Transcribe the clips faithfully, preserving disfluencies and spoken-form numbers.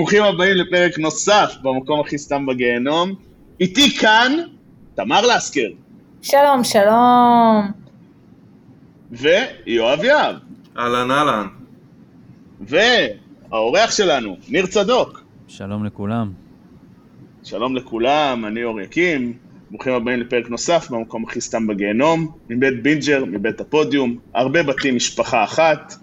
ברוכים הבאים לפרק נוסף במקום הכי סתם בגיהנום. איתי כאן תמר לסקר. שלום, שלום. ויואב יאב. אהלן, אהלן. והאורח שלנו, ניר צדוק. שלום לכולם. שלום לכולם, אני אור יקים. ברוכים הבאים לפרק נוסף במקום הכי סתם בגיהנום. מבית בינג'ר, מבית הפודיום. הרבה בתים, משפחה אחת.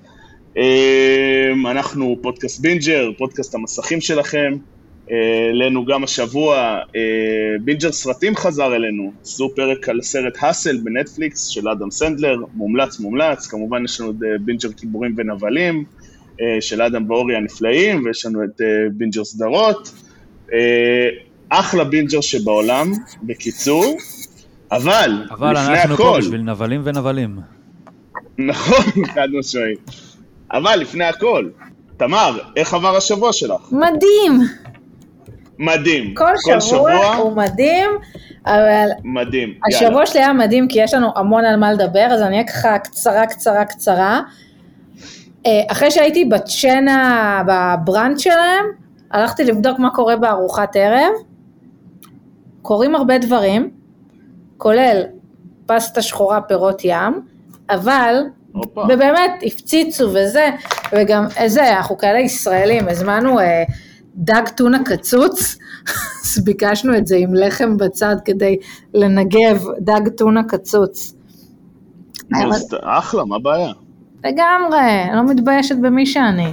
אנחנו פודקאסט בינג'ר, פודקאסט המסכים שלכם. אלינו גם השבוע, בינג'ר סרטים חזר אלינו, עשו פרק על סרט הסל בנטפליקס של אדם סנדלר, מומלץ מומלץ, כמובן יש לנו את בינג'ר גיבורים ונבלים, של אדם ואורי הנפלאים, ויש לנו את בינג'ר סדרות, אחלה בינג'ר שבעולם, בקיצור, אבל, אבל לפני אנחנו הכל, פה בשביל נבלים ונבלים. נכון, חד משמעי, אבל לפני הכל, תמר, איך עבר השבוע שלך? מדהים. מדהים. כל, כל שבוע, שבוע הוא מדהים, אבל מדהים. השבוע יאללה. שלי היה מדהים כי יש לנו המון על מה לדבר, אז אני אקחה קצרה, קצרה, קצרה. אחרי שהייתי בצ'נה בברנץ' שלהם, הלכתי לבדוק מה קורה בארוחת ערב. קורים הרבה דברים, כולל פסטה שחורה פירות ים, אבל אופה. ובאמת הפציצו וזה, וגם איזה, אנחנו כאלה ישראלים, הזמנו אה, דג טונה קצוץ, אז ביקשנו את זה עם לחם בצד כדי לנגב דג טונה קצוץ. אז אחלה, מה הבעיה? לגמרי, אני לא מתביישת במי שאני.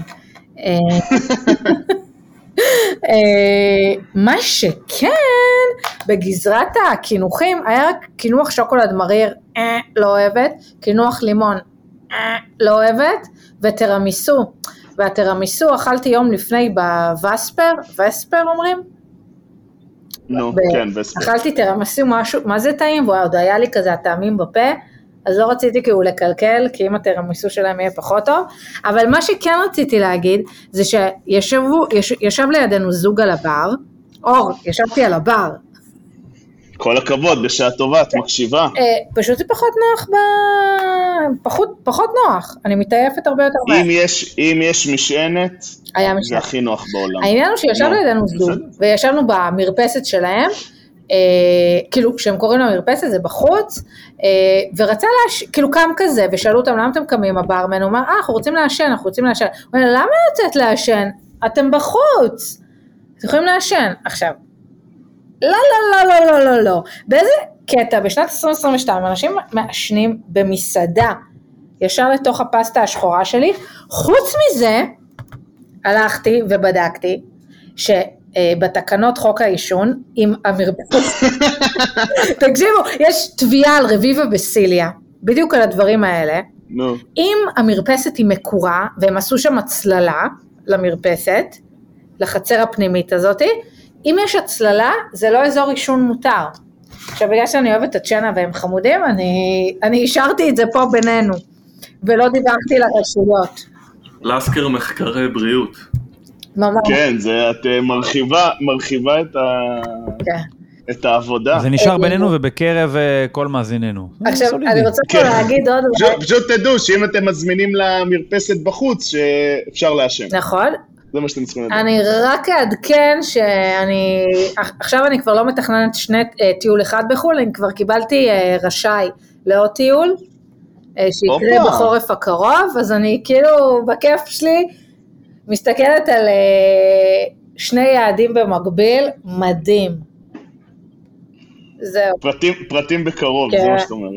מה שכן, בגזרת הכינוחים, היה רק כינוח שוקולד מריר, לא אוהבת, כינוח לימון, לא אוהבת, וטרמיסו. והטרמיסו אכלתי יום לפני בווספר, וספר אומרים? נו, כן, וספר. אכלתי טרמיסו, משהו, מה זה טעים? ועוד היה לי כזה הטעמים בפה, אז לא רציתי כאילו לקלקל, כי אם הטרמיסו שלהם יהיה פחות טוב, אבל מה שכן רציתי להגיד, זה שישבו, יש, ישב לידינו זוג על הבר, אור, ישבתי על הבר. כל הכבוד, בשעה טובה, את מקשיבה. פשוט זה פחות נוח, ב... פחות, פחות נוח, אני מתעייפת הרבה יותר. אם יש, אם יש משענת, זה הכי נוח בעולם. העניין הוא שישב לידינו זוג, וישבנו במרפסת שלהם, אה, כאילו כשהם קוראים למרפסת זה בחוץ, אה, ורצה להש... כאילו קם כזה, ושאלו אותם למה אתם קמים הברמן, הוא אמר, אה אנחנו רוצים לעשן, אנחנו רוצים לעשן, הוא אומר, למה יוצאת לעשן? אתם בחוץ, אתם יכולים לעשן, עכשיו, לא לא לא לא לא לא לא, באיזה קטע בשנת עשרים עשרים ושתיים אנשים מעשנים במסעדה, ישר לתוך הפסטה השחורה שלי, חוץ מזה, הלכתי ובדקתי, ש... בתקנות חוק העישון, עם המרפסת, תקשיבו, יש תביעה על רביבה בסיליה, בדיוק על הדברים האלה, no. אם המרפסת היא מקורה, והם עשו שם הצללה למרפסת, לחצר הפנימית הזאת, אם יש הצללה, זה לא אזור עישון מותר. עכשיו, בגלל שאני אוהבת את צ'נה והם חמודים, אני, אני השארתי את זה פה בינינו, ולא דיברתי לרשויות. לסקר מחקרי בריאות. ממש. כן, זה, את מרחיבה, מרחיבה את, ה... כן. את העבודה. זה נשאר בינינו ובקרב כל מאזיננו. עכשיו, אני רוצה פה להגיד עוד... פשוט תדעו שאם אתם מזמינים למרפסת בחוץ, שאפשר לעשן. נכון. זה מה שאתם צריכים לדעת. אני רק אעדכן שאני... עכשיו אני כבר לא מתכננת שני טיול אחד בחול, אני כבר קיבלתי רשאי לעוד טיול, שיקרה בחורף הקרוב, אז אני כאילו בכיף שלי... מסתכלת על שני יעדים במקביל, מדהים. זהו. פרטים, פרטים בקרוב, כן. זה מה שאת אומרת.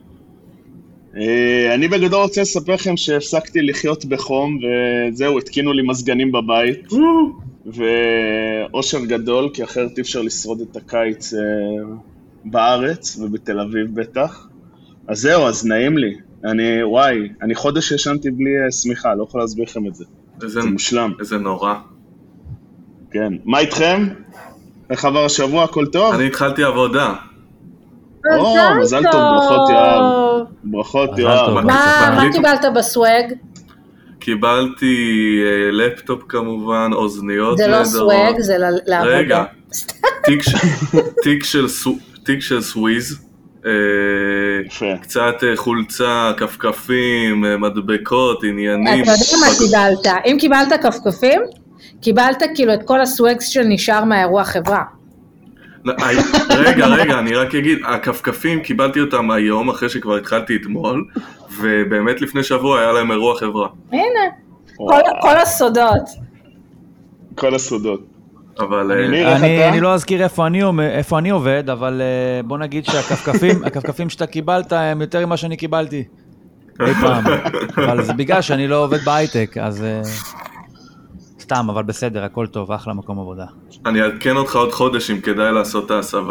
אני בגדול רוצה לספר לכם שהפסקתי לחיות בחום, וזהו, התקינו לי מזגנים בבית, ואושר גדול, כי אחרת אי אפשר לשרוד את הקיץ בארץ, ובתל אביב בטח. אז זהו, אז נעים לי. אני, וואי, אני חודש ישנתי בלי סמיכה, לא יכול להסביר לכם את זה. איזה, זה מושלם. איזה נורא. כן. מה איתכם? איך עבר השבוע? הכל טוב? אני התחלתי עבודה. או, מזל טוב, ברכות יואב. ברכות יואב. מה קיבלת בסווג? קיבלתי לפטופ כמובן, אוזניות. זה לא סווג, זה לעבודה. רגע, תיק של סוויז. קצת חולצה, כפכפים, מדבקות, עניינים. אתה יודע מה קיבלת? אם קיבלת כפכפים, קיבלת כאילו את כל הסוואגס שנשאר מהאירוע חברה. רגע, רגע, אני רק אגיד, הכפכפים קיבלתי אותם היום אחרי שכבר התחלתי אתמול, ובאמת לפני שבוע היה להם אירוע חברה. הנה, כל, כל הסודות. כל הסודות. אבל אני, אני, אני לא אזכיר איפה אני, איפה אני עובד, אבל בוא נגיד שהכפכפים, הכפכפים שאתה קיבלת הם יותר ממה שאני קיבלתי אי פעם. אבל זה בגלל שאני לא עובד בהייטק, אז סתם, אבל בסדר, הכל טוב, אחלה מקום עבודה. אני אעדכן אותך עוד חודש אם כדאי לעשות את ההסבה.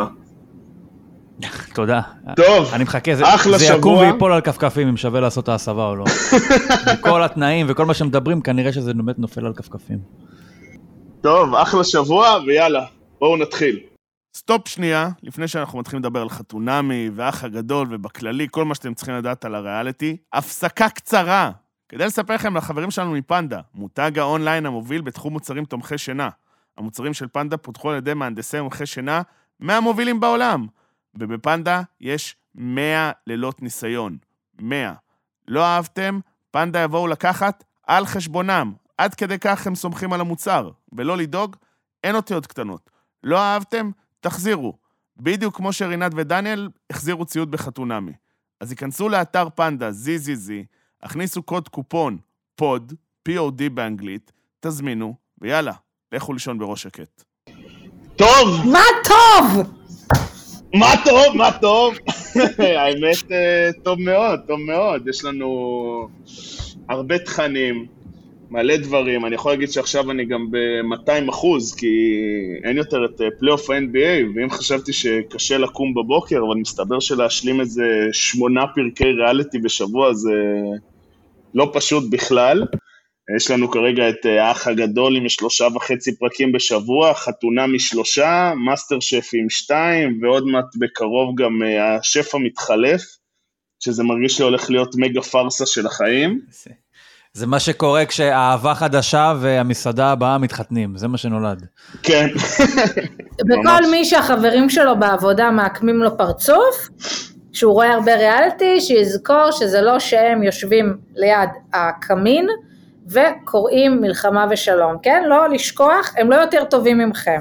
תודה. טוב, אני מחכה, זה, אחלה זה שבוע. יקום ויפול על כפכפים אם שווה לעשות את ההסבה או לא. וכל התנאים וכל מה שמדברים, כנראה שזה באמת נופל על כפכפים. טוב, אחלה שבוע, ויאללה, בואו נתחיל. סטופ שנייה, לפני שאנחנו מתחילים לדבר על חתונמי ואח הגדול ובכללי, כל מה שאתם צריכים לדעת על הריאליטי, הפסקה קצרה, כדי לספר לכם לחברים שלנו מפנדה, מותג האונליין המוביל בתחום מוצרים תומכי שינה. המוצרים של פנדה פותחו על ידי מהנדסי תומכי שינה מהמובילים בעולם, ובפנדה יש מאה לילות ניסיון. מאה. לא אהבתם? פנדה יבואו לקחת על חשבונם. עד כדי כך הם סומכים על המוצר, ולא לדאוג, אין אותיות קטנות. לא אהבתם? תחזירו. בדיוק כמו שרינת ודניאל החזירו ציוד בחתונמי. אז ייכנסו לאתר פנדה, זי זי זי, הכניסו קוד קופון פוד, פי או די באנגלית, תזמינו, ויאללה, לכו לישון בראש שקט. טוב! מה טוב? מה טוב, מה טוב? האמת, טוב מאוד, טוב מאוד. יש לנו הרבה תכנים, מלא דברים. אני יכול להגיד שעכשיו אני גם ב-מאתיים אחוז, כי אין יותר את פלייאוף ה-אן בי איי, ואם חשבתי שקשה לקום בבוקר, אבל מסתבר שלהשלים איזה שמונה פרקי ריאליטי בשבוע, זה לא פשוט בכלל. יש לנו כרגע את האח הגדול עם שלושה וחצי פרקים בשבוע, חתונה משלושה, מאסטר שף עם שתיים, ועוד מעט בקרוב גם השף המתחלף, שזה מרגיש לי הולך להיות מגה פרסה של החיים. זה מה שקורה כשהאהבה חדשה והמסעדה הבאה מתחתנים, זה מה שנולד. כן. וכל מי שהחברים שלו בעבודה מעקמים לו פרצוף, שהוא רואה הרבה ריאליטי, שיזכור שזה לא שהם יושבים ליד הקמין, וקוראים מלחמה ושלום, כן? לא לשכוח, הם לא יותר טובים ממכם.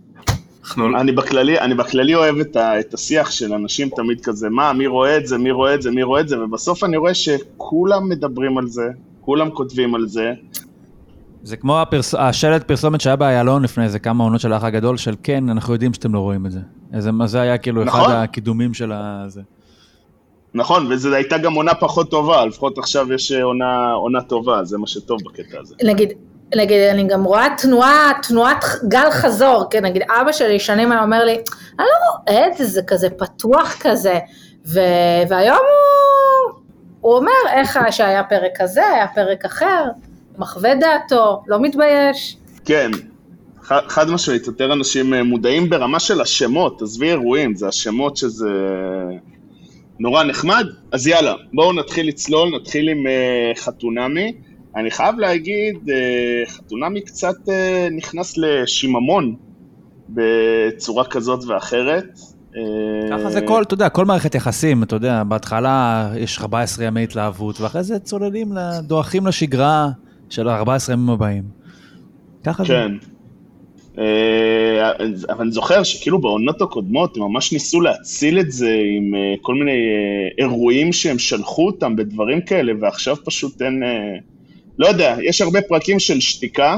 אני בכללי, אני בכללי אוהב את, ה, את השיח של אנשים תמיד כזה, מה, מי רואה את זה, מי רואה את זה, מי רואה את זה, ובסוף אני רואה שכולם מדברים על זה, כולם כותבים על זה. זה כמו הפרס... השלט פרסומת שהיה באיילון לפני איזה כמה עונות של האח הגדול, של כן, אנחנו יודעים שאתם לא רואים את זה. איזה, זה היה כאילו נכון? אחד הקידומים של זה. נכון, וזו הייתה גם עונה פחות טובה, לפחות עכשיו יש עונה, עונה טובה, זה מה שטוב בקטע הזה. נגיד, נגיד, אני גם רואה תנועה, תנועת גל חזור, כן, נגיד, אבא שלי שנים היה אומר לי, אני לא רואה את זה, זה כזה פתוח כזה, ו... והיום הוא, הוא אומר, איך שהיה פרק כזה, היה פרק אחר, מחווה דעתו, לא מתבייש. כן, ח- חד משמעית, יותר אנשים מודעים ברמה של השמות, עזבי אירועים, זה השמות שזה... נורא נחמד, אז יאללה, בואו נתחיל לצלול, נתחיל עם uh, חתונמי. אני חייב להגיד, uh, חתונמי קצת uh, נכנס לשיממון בצורה כזאת ואחרת. ככה זה כל, אתה יודע, כל מערכת יחסים, אתה יודע, בהתחלה יש ארבעה עשר ימי התלהבות, ואחרי זה צוללים, דואחים לשגרה של ארבעה עשר ימים הבאים. ככה זה. כן. אבל אני זוכר שכאילו בעונות הקודמות הם ממש ניסו להציל את זה עם כל מיני אירועים שהם שלחו אותם בדברים כאלה, ועכשיו פשוט אין, לא יודע, יש הרבה פרקים של שתיקה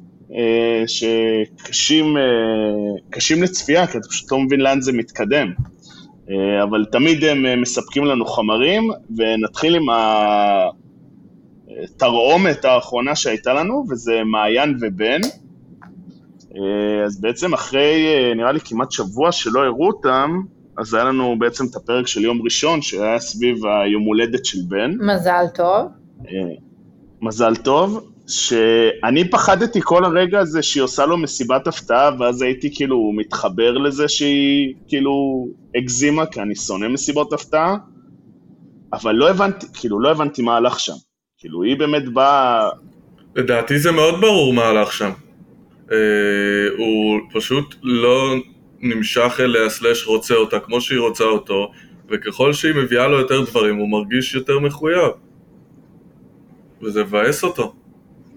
שקשים קשים לצפייה, כי אתה פשוט לא מבין לאן זה מתקדם, אבל תמיד הם מספקים לנו חומרים, ונתחיל עם התרעומת האחרונה שהייתה לנו, וזה מעיין ובן. אז בעצם אחרי, נראה לי כמעט שבוע שלא הראו אותם, אז היה לנו בעצם את הפרק של יום ראשון, שהיה סביב היום הולדת של בן. מזל טוב. מזל טוב, שאני פחדתי כל הרגע הזה שהיא עושה לו מסיבת הפתעה, ואז הייתי כאילו מתחבר לזה שהיא כאילו הגזימה, כי אני שונא מסיבות הפתעה, אבל לא הבנתי, כאילו לא הבנתי מה הלך שם. כאילו היא באמת באה... לדעתי זה מאוד ברור מה הלך שם. Uh, הוא פשוט לא נמשך אליה סלש רוצה אותה כמו שהיא רוצה אותו, וככל שהיא מביאה לו יותר דברים הוא מרגיש יותר מחויב, וזה מבאס אותו.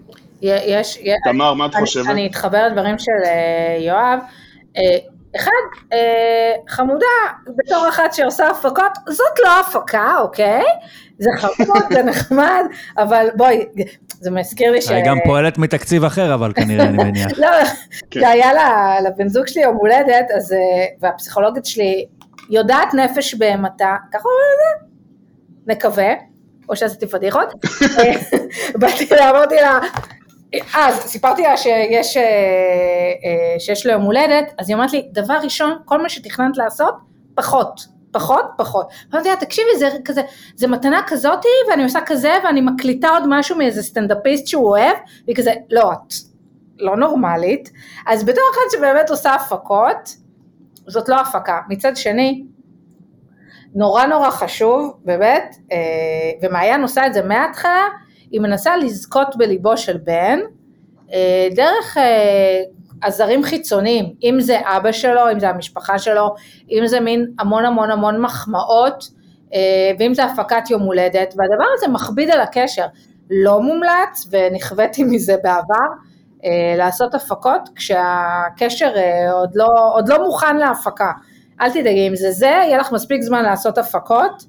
יש... תמר, מה את חושבת? אני אתחבר לדברים של יואב. אחד, חמודה, בתור אחת שעושה הפקות, זאת לא הפקה, אוקיי? זה חמוד, זה נחמד, אבל בואי, זה מזכיר לי ש... היא גם פועלת מתקציב אחר, אבל כנראה אני מניח. לא, זה היה לבן זוג שלי יום הולדת, והפסיכולוגית שלי יודעת נפש בהמתה, ככה אומרת את זה? נקווה, או שעשיתי פדיחות. באתי לה, אמרתי לה, אז סיפרתי לה שיש, שיש לו יום הולדת, אז היא אומרת לי, דבר ראשון, כל מה שתכננת לעשות, פחות, פחות, פחות. אמרתי לה, תקשיבי, זה כזה, זה מתנה כזאתי, ואני עושה כזה, ואני מקליטה עוד משהו מאיזה סטנדאפיסט שהוא אוהב, והיא כזה, לא, את לא נורמלית. אז בתור אחת שבאמת עושה הפקות, זאת לא הפקה. מצד שני, נורא נורא חשוב, באמת, ומעיין עושה את זה מההתחלה, היא מנסה לזכות בליבו של בן, דרך עזרים חיצוניים, אם זה אבא שלו, אם זה המשפחה שלו, אם זה מין המון המון המון מחמאות, ואם זה הפקת יום הולדת, והדבר הזה מכביד על הקשר, לא מומלץ, ונכוויתי מזה בעבר, לעשות הפקות, כשהקשר עוד לא, עוד לא מוכן להפקה, אל תדאגי, אם זה זה, יהיה לך מספיק זמן לעשות הפקות,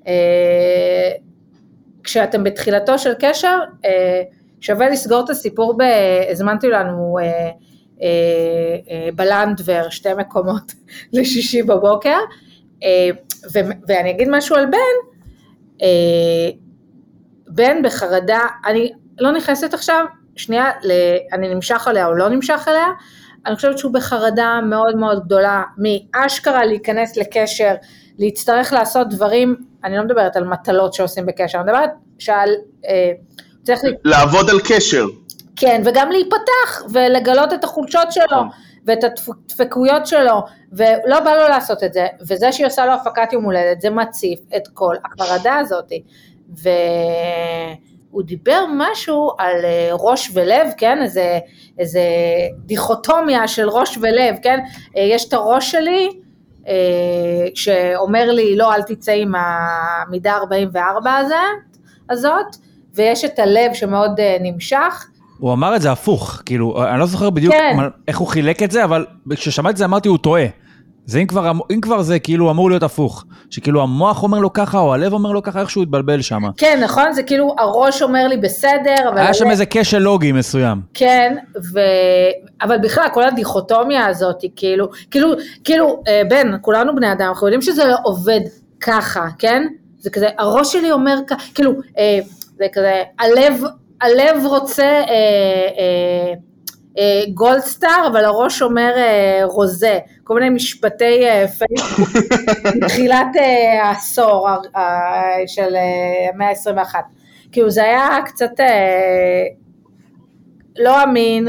כשאתם בתחילתו של קשר, שווה לסגור את הסיפור, הזמנתי לנו בלנדבר, שתי מקומות לשישי בבוקר, ואני אגיד משהו על בן, בן בחרדה, אני לא נכנסת עכשיו, שנייה, אני נמשך עליה או לא נמשך עליה, אני חושבת שהוא בחרדה מאוד מאוד גדולה, מאשכרה להיכנס לקשר, להצטרך לעשות דברים, אני לא מדברת על מטלות שעושים בקשר, אני מדברת שעל, אה, צריך לעבוד על קשר. כן, וגם להיפתח, ולגלות את החולשות שלו, ואת הדפקויות שלו, ולא בא לו לעשות את זה, וזה שהיא עושה לו הפקת יום הולדת, זה מציף את כל החרדה הזאת, והוא דיבר משהו על ראש ולב, כן, איזה, איזה דיכוטומיה של ראש ולב, כן, יש את הראש שלי, שאומר לי, לא, אל תצאי מהמידה ארבעים וארבע הזה, הזאת, ויש את הלב שמאוד נמשך. הוא אמר את זה הפוך, כאילו, אני לא זוכר בדיוק כן. איך הוא חילק את זה, אבל כששמעתי את זה אמרתי, הוא טועה. זה אם כבר, אם כבר זה כאילו אמור להיות הפוך, שכאילו המוח אומר לו ככה, או הלב אומר לו ככה, איך שהוא התבלבל שם. כן, נכון, זה כאילו הראש אומר לי בסדר, אבל... היה שם איזה כשל לוגי מסוים. כן, ו... אבל בכלל, כל הדיכוטומיה הזאת, כאילו, כאילו, כאילו, בן, כולנו בני אדם, אנחנו יודעים שזה לא עובד ככה, כן? זה כזה, הראש שלי אומר ככה, כאילו, זה כזה, הלב, הלב רוצה... אה, אה, גולדסטאר, אבל הראש אומר רוזה, כל מיני משפטי פייסבוק, מתחילת העשור של המאה ה-עשרים ואחת. כאילו זה היה קצת לא אמין,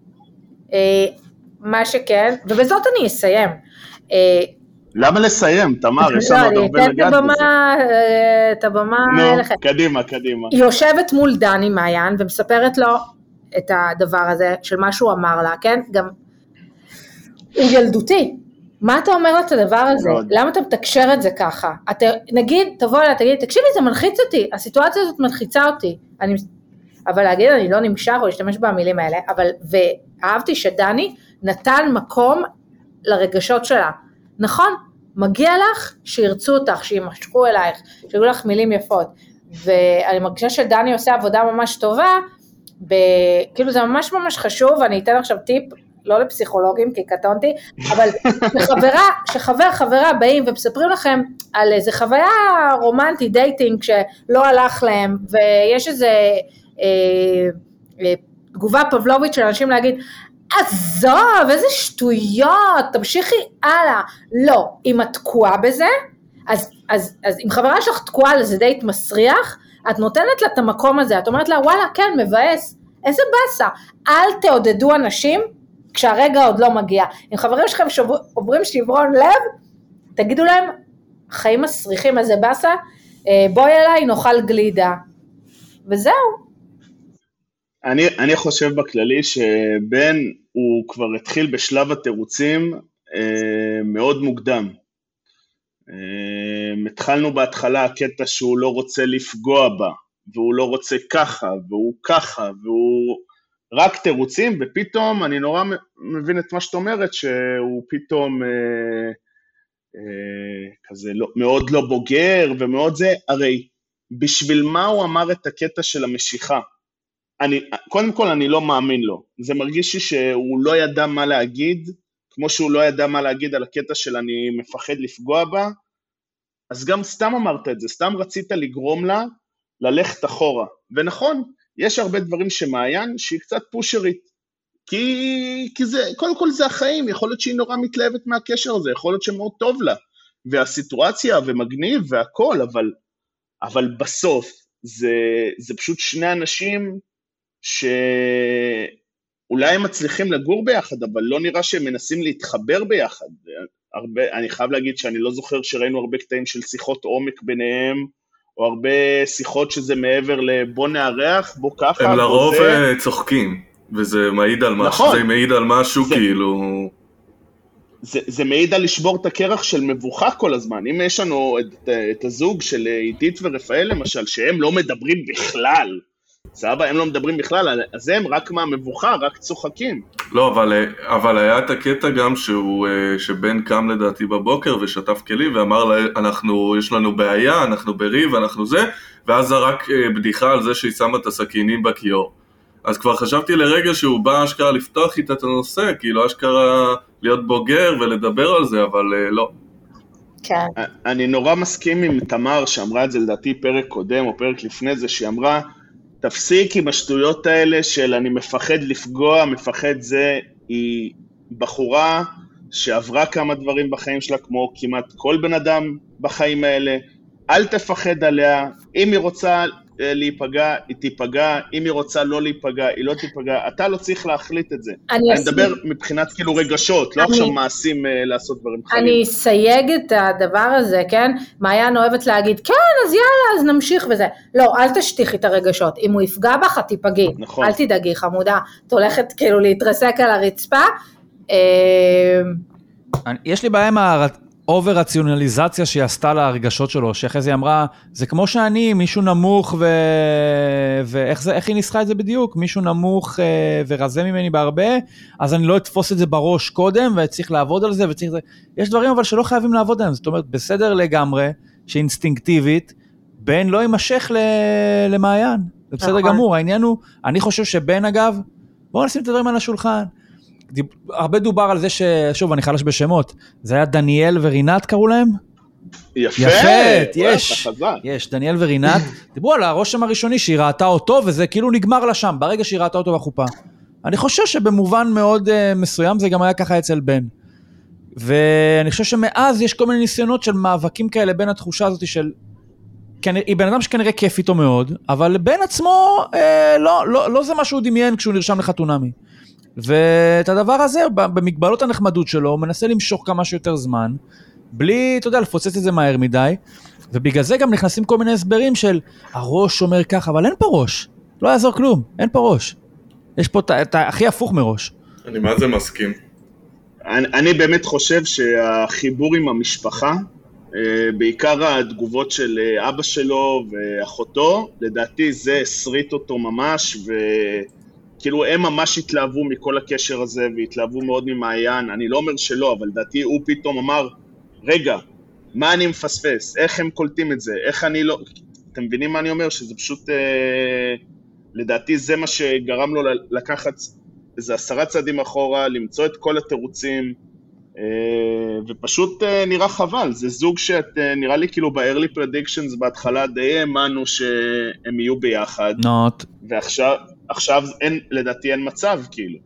מה שכן, ובזאת אני אסיים. למה לסיים, תמר? יש לנו עוד הרבה לגעת בזה. את הבמה נו, קדימה, קדימה. היא יושבת מול דני מעיין, ומספרת לו, את הדבר הזה, של מה שהוא אמר לה, כן? גם, הוא ילדותי. מה אתה אומר לה את הדבר הזה? למה אתה מתקשר את זה ככה? אתה, נגיד, תבוא לה, תגיד, תקשיבי, זה מלחיץ אותי, הסיטואציה הזאת מלחיצה אותי. אני, אבל להגיד, אני לא נמשך, או להשתמש במילים האלה, אבל, ואהבתי שדני נתן מקום לרגשות שלה. נכון? מגיע לך שירצו אותך, שימשכו אלייך, שיהיו לך מילים יפות. ואני מרגישה שדני עושה עבודה ממש טובה, ב... כאילו זה ממש ממש חשוב, אני אתן עכשיו טיפ, לא לפסיכולוגים כי קטונתי, אבל שחברה, שחבר חברה באים ומספרים לכם על איזה חוויה רומנטית, דייטינג שלא הלך להם, ויש איזה אה, אה, תגובה פבלובית של אנשים להגיד, עזוב, איזה שטויות, תמשיכי הלאה, לא, אם את תקועה בזה, אז, אז, אז אם חברה שלך תקועה לזה דייט מסריח, את נותנת לה את המקום הזה, את אומרת לה, וואלה, כן, מבאס, איזה בסה, אל תעודדו אנשים, כשהרגע עוד לא מגיע, אם חברים שלכם עוברים שברון לב, תגידו להם, חיים מסריחים, איזה בסה, בואי אליי, נאכל גלידה, וזהו. אני, אני חושב בכללי, שבן הוא כבר התחיל בשלב התירוצים, אה, מאוד מוקדם, התחלנו בהתחלה הקטע שהוא לא רוצה לפגוע בה, והוא לא רוצה ככה, והוא ככה, והוא רק תירוצים, ופתאום אני נורא מבין את מה שאת אומרת, שהוא פתאום אה, אה, כזה לא, מאוד לא בוגר ומאוד זה, הרי בשביל מה הוא אמר את הקטע של המשיכה? אני, קודם כל אני לא מאמין לו, זה מרגיש לי שהוא לא ידע מה להגיד, כמו שהוא לא ידע מה להגיד על הקטע של אני מפחד לפגוע בה, אז גם סתם אמרת את זה, סתם רצית לגרום לה ללכת אחורה, ונכון, יש הרבה דברים שמעיין שהיא קצת פושרית, כי, כי זה, קודם כל זה החיים, יכול להיות שהיא נורא מתלהבת מהקשר הזה, יכול להיות שמאוד טוב לה, והסיטואציה ומגניב והכל, אבל, אבל בסוף זה, זה פשוט שני אנשים שאולי הם מצליחים לגור ביחד, אבל לא נראה שהם מנסים להתחבר ביחד. הרבה, אני חייב להגיד שאני לא זוכר שראינו הרבה קטעים של שיחות עומק ביניהם, או הרבה שיחות שזה מעבר לבוא נערך, בוא ככה. הם לרוב זה... צוחקים, וזה מעיד על משהו, נכון. זה מעיד על משהו זה... כאילו... זה, זה מעיד על לשבור את הקרח של מבוכה כל הזמן. אם יש לנו את, את הזוג של עידית ורפאל למשל, שהם לא מדברים בכלל, סבא, הם לא מדברים בכלל, אז הם רק מהמבוכה, רק צוחקים. לא, אבל, אבל היה את הקטע גם שהוא, שבן קם לדעתי בבוקר ושטף כלים ואמר, אנחנו, יש לנו בעיה, אנחנו בריב, אנחנו זה, ואז זרק בדיחה על זה שהיא שמה את הסכינים בכיור. אז כבר חשבתי לרגע שהוא בא אשכרה לפתוח איתה את הנושא, כאילו אשכרה להיות בוגר ולדבר על זה, אבל לא. כן. אני נורא מסכים עם תמר שאמרה את זה לדעתי פרק קודם או פרק לפני זה, שהיא אמרה, תפסיק עם השטויות האלה של אני מפחד לפגוע, מפחד זה, היא בחורה שעברה כמה דברים בחיים שלה, כמו כמעט כל בן אדם בחיים האלה, אל תפחד עליה, אם היא רוצה להיפגע, היא תיפגע, אם היא רוצה לא להיפגע, היא לא תיפגע, אתה לא צריך להחליט את זה. אני, אני מדבר מבחינת כאילו רגשות, לא אני... עכשיו מעשים uh, לעשות דברים חיים. אני אסייג את הדבר הזה, כן? מעיין אוהבת להגיד, כן, אז יאללה, אז נמשיך וזה. לא, אל תשתיחי את הרגשות, אם הוא יפגע בך, תיפגעי. נכון. אל תדאגי, חמודה, את הולכת כאילו להתרסק על הרצפה. יש לי בעיה עם אובר-רציונליזציה שהיא עשתה להרגשות שלו, שאחרי זה היא אמרה, זה כמו שאני, מישהו נמוך, ו... ואיך זה, איך היא ניסחה את זה בדיוק? מישהו נמוך ורזה ממני בהרבה, אז אני לא אתפוס את זה בראש קודם, וצריך לעבוד על זה, וצריך... יש דברים אבל שלא חייבים לעבוד עליהם, זאת אומרת, בסדר לגמרי, שאינסטינקטיבית, בן לא יימשך למעיין, זה בסדר גמור, העניין הוא, אני חושב שבן אגב, בואו נשים את הדברים על השולחן, הרבה דובר על זה ששוב, אני חלש בשמות, זה היה דניאל ורינת קראו להם? יפה, יפה, יש, יש, דניאל ורינת, דיברו על הרושם הראשוני שהיא ראתה אותו, וזה כאילו נגמר לה שם, ברגע שהיא ראתה אותו בחופה. אני חושב שבמובן מאוד מסוים, זה גם היה ככה אצל בן. ואני חושב שמאז יש כל מיני ניסיונות של מאבקים כאלה, בין התחושה הזאת של, היא בן אדם שכנראה כיף איתו מאוד, אבל בן עצמו, לא, לא, לא זה מה שהוא דמיין כשהוא נרשם לחתונמי. ואת הדבר הזה, במגבלות הנחמדות שלו, הוא מנסה למשוך כמה שיותר זמן, בלי, אתה יודע, לפוצץ את זה מהר מדי, ובגלל זה גם נכנסים כל מיני הסברים של, הראש אומר ככה, אבל אין פה ראש, לא יעזור כלום, אין פה ראש. יש פה את הכי הפוך מראש. אני מה זה מסכים? אני, אני באמת חושב שהחיבור עם המשפחה, בעיקר התגובות של אבא שלו ואחותו, לדעתי זה הסריט אותו ממש, ו... כאילו הם ממש התלהבו מכל הקשר הזה, והתלהבו מאוד ממעיין, אני לא אומר שלא, אבל דעתי הוא פתאום אמר, רגע, מה אני מפספס? איך הם קולטים את זה? איך אני לא... אתם מבינים מה אני אומר? שזה פשוט, אה, לדעתי זה מה שגרם לו לקחת איזה עשרה צעדים אחורה, למצוא את כל התירוצים, אה, ופשוט אה, נראה חבל, זה זוג שאת אה, נראה לי כאילו ב-early predictions בהתחלה די האמנו שהם יהיו ביחד. Not. ועכשיו... עכשיו אין, לדעתי אין מצב, כאילו.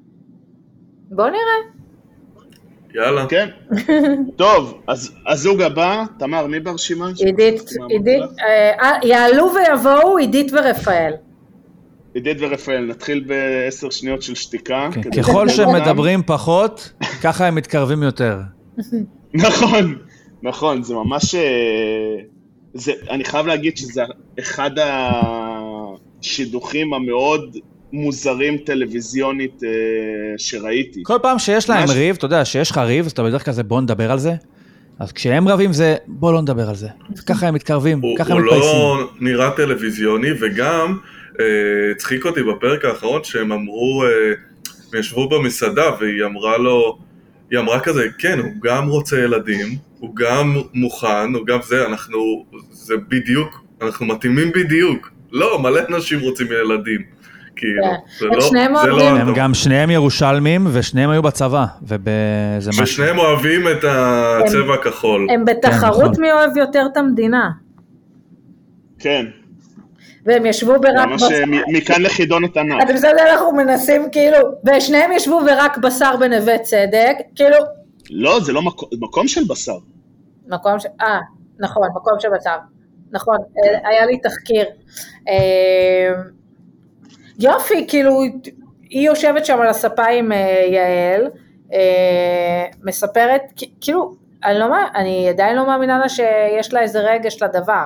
בוא נראה. יאללה. כן. טוב, אז הזוג הבא, תמר, מי ברשימה? עידית, עידית, יעלו ויבואו עידית ורפאל. עידית ורפאל, נתחיל בעשר שניות של שתיקה. ככל שמדברים פחות, ככה הם מתקרבים יותר. נכון, נכון, זה ממש, אני חייב להגיד שזה אחד השידוכים המאוד מוזרים טלוויזיונית שראיתי. כל פעם שיש להם ריב, אתה יודע, שיש לך ריב, אז אתה בדרך כזה בוא נדבר על זה, אז כשהם רבים זה בוא לא נדבר על זה. ככה הם מתקרבים, ככה הם מתפייסים. הוא לא נראה טלוויזיוני, וגם הצחיק אותי בפרק האחרון שהם אמרו, הם ישבו במסעדה והיא אמרה לו, היא אמרה כזה, כן, הוא גם רוצה ילדים, הוא גם מוכן, הוא גם זה, אנחנו, זה בדיוק, אנחנו מתאימים בדיוק. לא, מלא אנשים רוצים ילדים. כאילו, זה לא, זה לא... הם גם שניהם ירושלמים, ושניהם היו בצבא, ושניהם אוהבים את הצבע הכחול. הם בתחרות מי אוהב יותר את המדינה. כן. והם ישבו ברק בשר. מכאן לחידון התנ"ך. אז בסדר, אנחנו מנסים, כאילו, ושניהם ישבו ברק בשר בנווה צדק, כאילו... לא, זה לא מקום של בשר. מקום של... אה, נכון, מקום של בשר. נכון, היה לי תחקיר. יופי, כאילו, היא יושבת שם על הספה עם יעל, מספרת, כאילו, אני, לא, אני עדיין לא מאמינה לה שיש לה איזה רגש לדבר.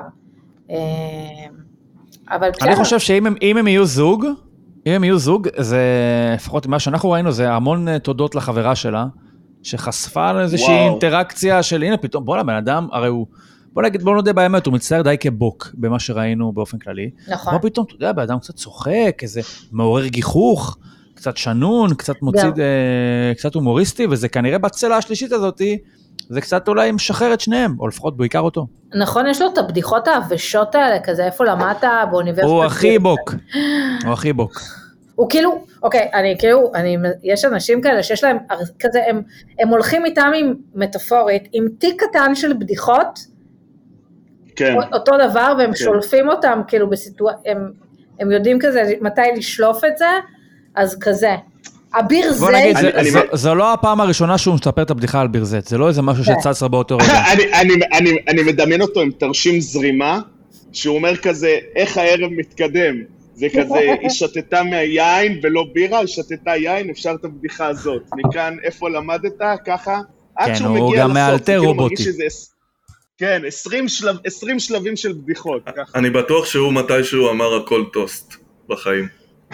אבל אני חושב שאם הם, אם הם יהיו זוג, אם הם יהיו זוג, זה, לפחות מה שאנחנו ראינו, זה המון תודות לחברה שלה, שחשפה על איזושהי אינטראקציה של, הנה פתאום, בוא לבן אדם, הרי הוא, בוא נגיד, בוא נודה באמת, הוא מצטער די כבוק, במה שראינו באופן כללי. נכון. בוא פתאום, אתה יודע, באדם קצת צוחק, איזה מעורר גיחוך, קצת שנון, קצת מוציד, אה, קצת הומוריסטי, וזה כנראה בצלע השלישית הזאת, זה קצת אולי משחרר את שניהם, או לפחות בעיקר אותו. נכון, יש לו את הבדיחות האבשות האלה, כזה, איפה למדת באוניברסיטה? הוא הכי בוק, הוא הכי בוק. הוא כאילו, אוקיי, אני כאילו, אני, יש אנשים כאלה שיש להם, כזה, הם, הם הולכים איתם עם מטאפורית, עם תיק קטן של בדיחות, כן. אותו דבר, והם כן. שולפים אותם, כאילו, בסיטואציה, הם, הם יודעים כזה, מתי לשלוף את זה, אז כזה. הביר זית... נגיד, זה, אני, זו, אני... זו לא הפעם הראשונה שהוא משתפר את הבדיחה על ביר זית, זה לא איזה משהו שצץ רבה אותו רגע. אני, אני, אני, אני מדמיין אותו עם תרשים זרימה, שהוא אומר כזה, איך הערב מתקדם? זה כזה, היא שתתה מהיין ולא בירה, היא שתתה יין, אפשר את הבדיחה הזאת. מכאן, איפה למדת? ככה, עד כן, שהוא הוא מגיע גם מאלתר רובוטי. שזה, כן, עשרים, שלב, עשרים שלבים של בדיחות. ככה. אני בטוח שהוא מתישהו אמר הכל טוסט בחיים.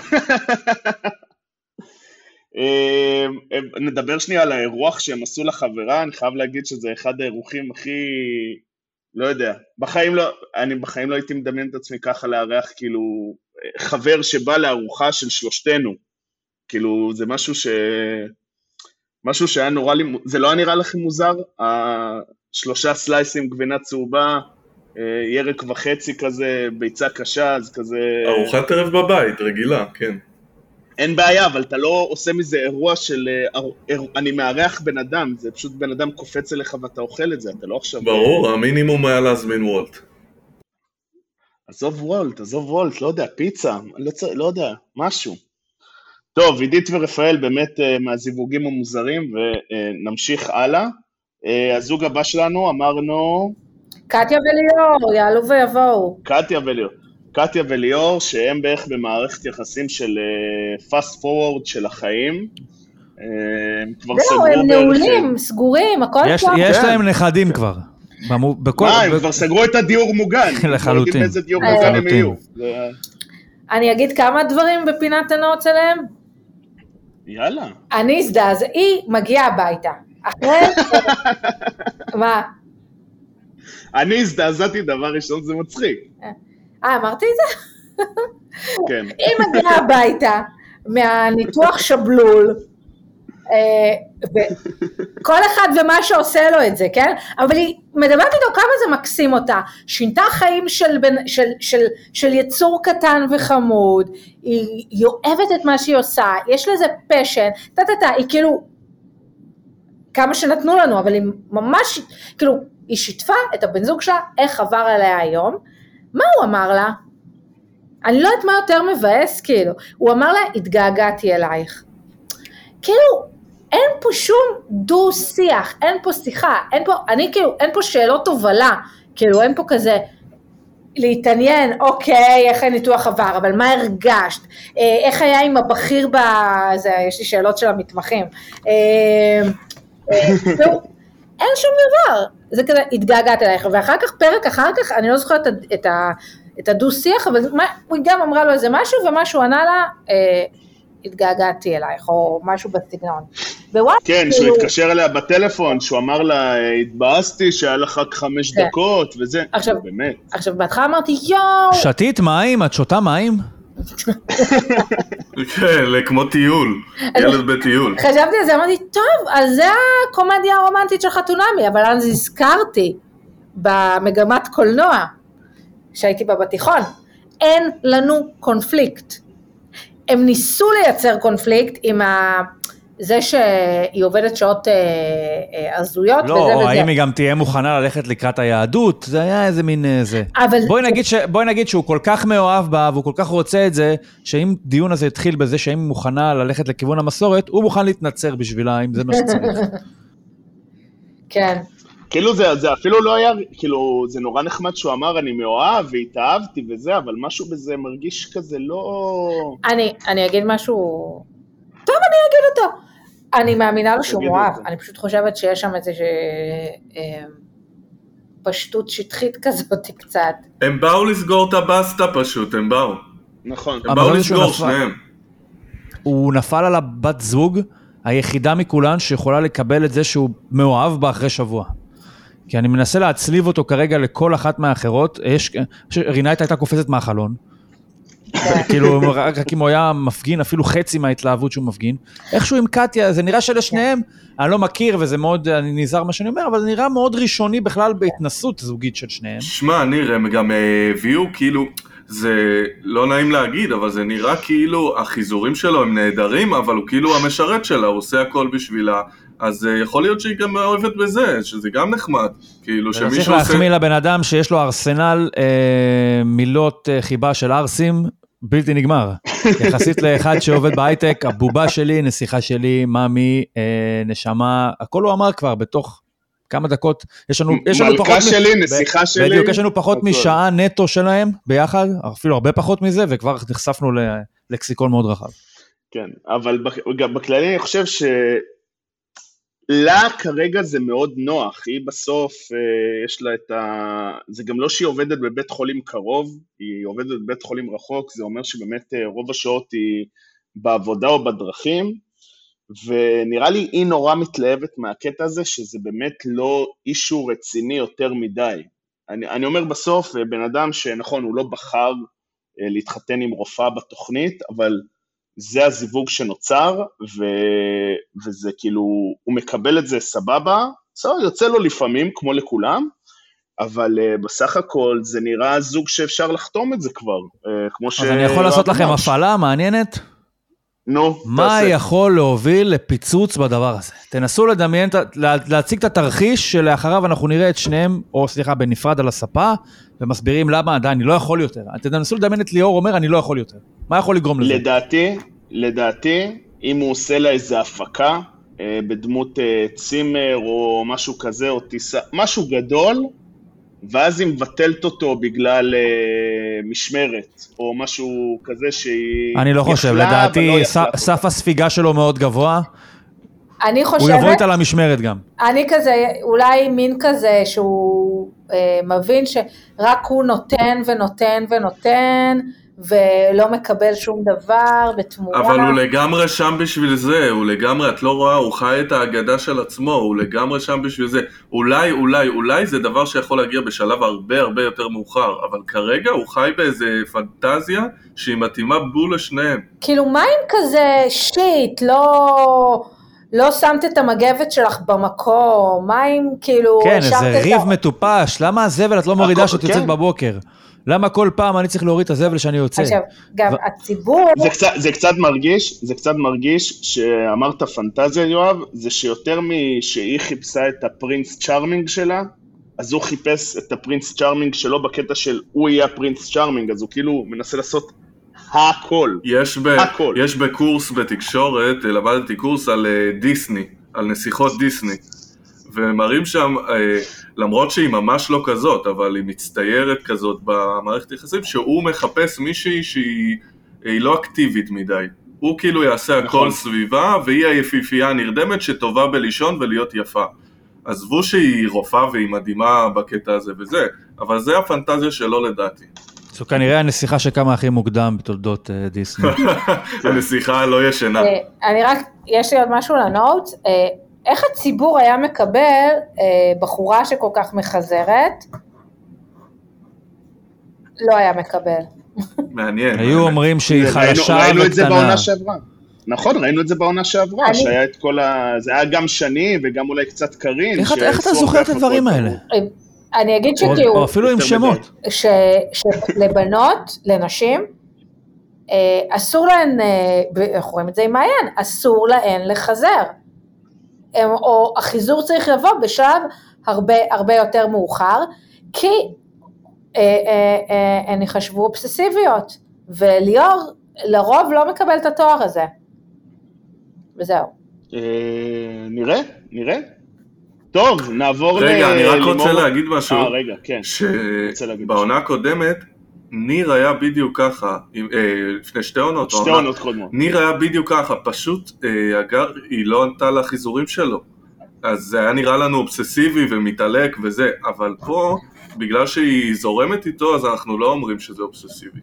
נדבר שנייה על האירוח שהם עשו לחברה, אני חייב להגיד שזה אחד האירוחים הכי, לא יודע, בחיים לא, אני בחיים לא הייתי מדמיין את עצמי ככה לארח, כאילו, חבר שבא לארוחה של שלושתנו, כאילו, זה משהו ש... משהו שהיה נורא לי, זה לא נראה לכם מוזר? השלושה סלייסים גבינה צהובה, ירק וחצי כזה, ביצה קשה, אז כזה... ארוחת ערב בבית, רגילה, כן. אין בעיה, אבל אתה לא עושה מזה אירוע של, אני מארח בן אדם, זה פשוט בן אדם קופץ אליך ואתה אוכל את זה, אתה לא עכשיו... ברור, המינימום היה להזמין וולט. עזוב וולט, עזוב וולט, לא יודע, פיצה, לא, לא יודע, משהו. טוב, עידית ורפאל באמת מהזיווגים המוזרים, ונמשיך הלאה. הזוג הבא שלנו, אמרנו... קטיה וליאור, יעלו ויבואו. קטיה וליאור. קטיה וליאור, שהם בערך במערכת יחסים של פאסט פורוורד של החיים. הם כבר סגרו בערך... הם נעולים, סגורים, הכל כבר. יש להם נכדים כבר. מה, הם כבר סגרו את הדיור מוגן. לחלוטין. איזה דיור מוגן הם יהיו. אני אגיד כמה דברים בפינת הנוץ עליהם. יאללה. אני הזדעז, היא מגיעה הביתה. אחרי... מה? אני הזדעזעתי דבר ראשון, זה מצחיק. אה, אמרתי את זה? כן. היא מגיעה הביתה מהניתוח שבלול, וכל אחד ומה שעושה לו את זה, כן? אבל היא מדברת איתו כמה זה מקסים אותה, שינתה חיים של, של, של, של יצור קטן וחמוד, היא, היא אוהבת את מה שהיא עושה, יש לזה פשן, טה-טה-טה, היא כאילו, כמה שנתנו לנו, אבל היא ממש, כאילו, היא שיתפה את הבן זוג שלה, איך עבר עליה היום, מה הוא אמר לה? אני לא יודעת מה יותר מבאס, כאילו. הוא אמר לה, התגעגעתי אלייך. כאילו, אין פה שום דו שיח, אין פה שיחה, אין פה, אני כאילו, אין פה שאלות תובלה, כאילו, אין פה כזה, להתעניין, אוקיי, איך הניתוח עבר, אבל מה הרגשת? איך היה עם הבכיר בזה, יש לי שאלות של המתמחים. כאילו, אין שום דבר. זה כזה, התגעגעת אלייך, ואחר כך, פרק אחר כך, אני לא זוכרת את ה... את הדו שיח, אבל הוא גם אמרה לו איזה משהו, ומשהו ענה לה, התגעגעתי אלייך, או משהו בסגנון. כן, שהוא התקשר אליה בטלפון, שהוא אמר לה, התבאסתי, שהיה לך רק חמש דקות, וזה, באמת. עכשיו, בהתחלה אמרתי, יואו! שתית מים? את שותה מים? כן, כמו טיול, ילד בטיול. חשבתי על זה, אמרתי, טוב, אז זה הקומדיה הרומנטית של חתונמי, אבל אז הזכרתי במגמת קולנוע, שהייתי בה בתיכון, אין לנו קונפליקט. הם ניסו לייצר קונפליקט עם ה... זה שהיא עובדת שעות הזויות וזה וזה. לא, האם היא גם תהיה מוכנה ללכת לקראת היהדות, זה היה איזה מין זה. בואי נגיד, ש... בואי נגיד שהוא כל כך מאוהב בה, והוא כל כך רוצה את זה, שאם דיון הזה התחיל בזה שאם היא מוכנה ללכת לכיוון המסורת, הוא מוכן להתנצר בשבילה, אם זה מה שצריך. כן. כאילו זה, זה אפילו לא היה, כאילו זה נורא נחמד שהוא אמר אני מאוהב והתאהבתי וזה, אבל משהו בזה מרגיש כזה לא... אני, אני אגיד משהו... טוב, אני אגיד אותו. אני מאמינה לו שהוא מואב, אני פשוט חושבת שיש שם איזה פשטות שטחית כזאת קצת. הם באו לסגור את הבסטה פשוט, הם באו. נכון. הם באו לסגור שניהם. הוא נפל על הבת זוג, היחידה מכולן שיכולה לקבל את זה שהוא מאוהב בה אחרי שבוע. כי אני מנסה להצליב אותו כרגע לכל אחת מהאחרות, רינאית הייתה קופצת מהחלון, כאילו רק אם הוא היה מפגין, אפילו חצי מההתלהבות שהוא מפגין, איכשהו עם קטיה, זה נראה שלשניהם, אני לא מכיר וזה מאוד, אני נזהר מה שאני אומר, אבל זה נראה מאוד ראשוני בכלל בהתנסות זוגית של שניהם. שמע, נראה, הם גם הביאו כאילו, זה לא נעים להגיד, אבל זה נראה כאילו החיזורים שלו הם נהדרים, אבל הוא כאילו המשרת שלה, הוא עושה הכל בשבילה, אז יכול להיות שהיא גם אוהבת בזה, שזה גם נחמד, כאילו שמישהו עושה... צריך להחמיא לבן אדם שיש לו ארסנל אה, מילות אה, חיבה של ארסים, בלתי נגמר. יחסית לאחד שעובד בהייטק, הבובה שלי, נסיכה שלי, מאמי, אה, נשמה, הכל הוא אמר כבר בתוך כמה דקות. יש לנו, יש לנו מלכה שלי, מ... נסיכה ב... שלי. בדיוק, יש לנו פחות הכל. משעה נטו שלהם ביחד, אפילו הרבה פחות מזה, וכבר נחשפנו ללקסיקון מאוד רחב. כן, אבל בכללי אני חושב ש... לה כרגע זה מאוד נוח, היא בסוף יש לה את ה... זה גם לא שהיא עובדת בבית חולים קרוב, היא עובדת בבית חולים רחוק, זה אומר שבאמת רוב השעות היא בעבודה או בדרכים, ונראה לי היא נורא מתלהבת מהקטע הזה, שזה באמת לא אישו רציני יותר מדי. אני, אני אומר בסוף, בן אדם שנכון, הוא לא בחר להתחתן עם רופאה בתוכנית, אבל... זה הזיווג שנוצר, ו... וזה כאילו, הוא מקבל את זה סבבה, בסדר, יוצא לו לפעמים, כמו לכולם, אבל uh, בסך הכל זה נראה זוג שאפשר לחתום את זה כבר, uh, כמו ש... אז אני יכול לעשות לכם הפעלה מעניינת? נו, מה תעשה. יכול להוביל לפיצוץ בדבר הזה? תנסו לדמיין, לה, להציג את התרחיש שלאחריו אנחנו נראה את שניהם, או סליחה, בנפרד על הספה, ומסבירים למה עדיין, אני לא יכול יותר. תנסו לדמיין את ליאור אומר, אני לא יכול יותר. מה יכול לגרום לזה? לדעתי, לדעתי, אם הוא עושה לה איזו הפקה, אה, בדמות אה, צימר או משהו כזה, או טיסה, משהו גדול, ואז היא מבטלת אותו בגלל אה, משמרת, או משהו כזה שהיא... אני לא חושב, לדעתי סף הספיגה שלו מאוד גבוה. אני חושבת... הוא יבוא איתה למשמרת גם. אני כזה, אולי מין כזה שהוא אה, מבין שרק הוא נותן ונותן ונותן, ולא מקבל שום דבר בתמורה. אבל הוא לגמרי שם בשביל זה, הוא לגמרי, את לא רואה, הוא חי את ההגדה של עצמו, הוא לגמרי שם בשביל זה. אולי, אולי, אולי זה דבר שיכול להגיע בשלב הרבה הרבה יותר מאוחר, אבל כרגע הוא חי באיזה פנטזיה שהיא מתאימה בול לשניהם. כאילו, מה אם כזה שיט, לא... לא שמת את המגבת שלך במקום, מה אם כאילו... כן, איזה ריב מטופש, למה הזבל את לא מורידה שאת יוצאת בבוקר? למה כל פעם אני צריך להוריד את הזבל שאני יוצא? עכשיו, גם הציבור... זה קצת, זה קצת מרגיש, זה קצת מרגיש שאמרת פנטזיה, יואב, זה שיותר משהיא חיפשה את הפרינס צ'ארמינג שלה, אז הוא חיפש את הפרינס צ'ארמינג שלו בקטע של הוא יהיה הפרינס צ'ארמינג, אז הוא כאילו מנסה לעשות הכל. יש, ב, הכל. יש בקורס בתקשורת, למדתי קורס על דיסני, על נסיכות דיסני, ומראים שם, למרות שהיא ממש לא כזאת, אבל היא מצטיירת כזאת במערכת יחסים, שהוא מחפש מישהי שהיא לא אקטיבית מדי. הוא כאילו יעשה הכל סביבה, והיא היפיפייה הנרדמת שטובה בלישון ולהיות יפה. עזבו שהיא רופאה והיא מדהימה בקטע הזה וזה, אבל זה הפנטזיה שלו לדעתי. זו כנראה הנסיכה שקמה הכי מוקדם בתולדות דיסני. הנסיכה לא ישנה. אני רק, יש לי עוד משהו לנוט, איך הציבור היה מקבל בחורה שכל כך מחזרת? לא היה מקבל. מעניין. היו אומרים שהיא חלשה וקטנה. ראינו את זה בעונה שעברה. נכון, ראינו את זה בעונה שעברה, שהיה את כל ה... זה היה גם שני וגם אולי קצת קרין. איך אתה זוכר את הדברים האלה? אני אגיד שכאילו... או אפילו עם שמות. שלבנות, לנשים, אסור להן, אנחנו רואים את זה עם מעיין, אסור להן לחזר. או החיזור צריך לבוא בשלב הרבה, הרבה יותר מאוחר, כי הן יחשבו אובססיביות, וליאור לרוב לא מקבל את התואר הזה. וזהו. נראה, נראה. טוב, נעבור ל... רגע, אני רק רוצה להגיד משהו. אה, רגע, כן. שבעונה הקודמת, ניר היה בדיוק ככה, לפני שתי עונות. שתי עונות קודמות. ניר היה בדיוק ככה, פשוט, אגר, היא לא ענתה לחיזורים שלו. אז זה היה נראה לנו אובססיבי ומתעלק וזה, אבל פה, בגלל שהיא זורמת איתו, אז אנחנו לא אומרים שזה אובססיבי.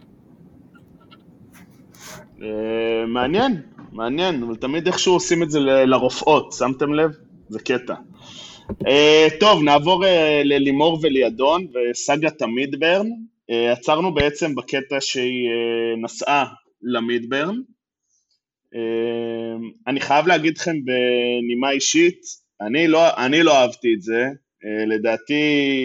מעניין, מעניין, אבל תמיד איכשהו עושים את זה לרופאות, שמתם לב? זה קטע. טוב, נעבור ללימור ולידון וסגת המידברן. עצרנו בעצם בקטע שהיא נסעה למידברן. אני חייב להגיד לכם בנימה אישית, אני לא, אני לא אהבתי את זה, לדעתי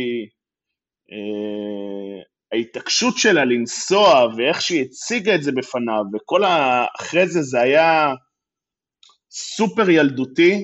ההתעקשות שלה לנסוע ואיך שהיא הציגה את זה בפניו, וכל אחרי זה זה היה סופר ילדותי,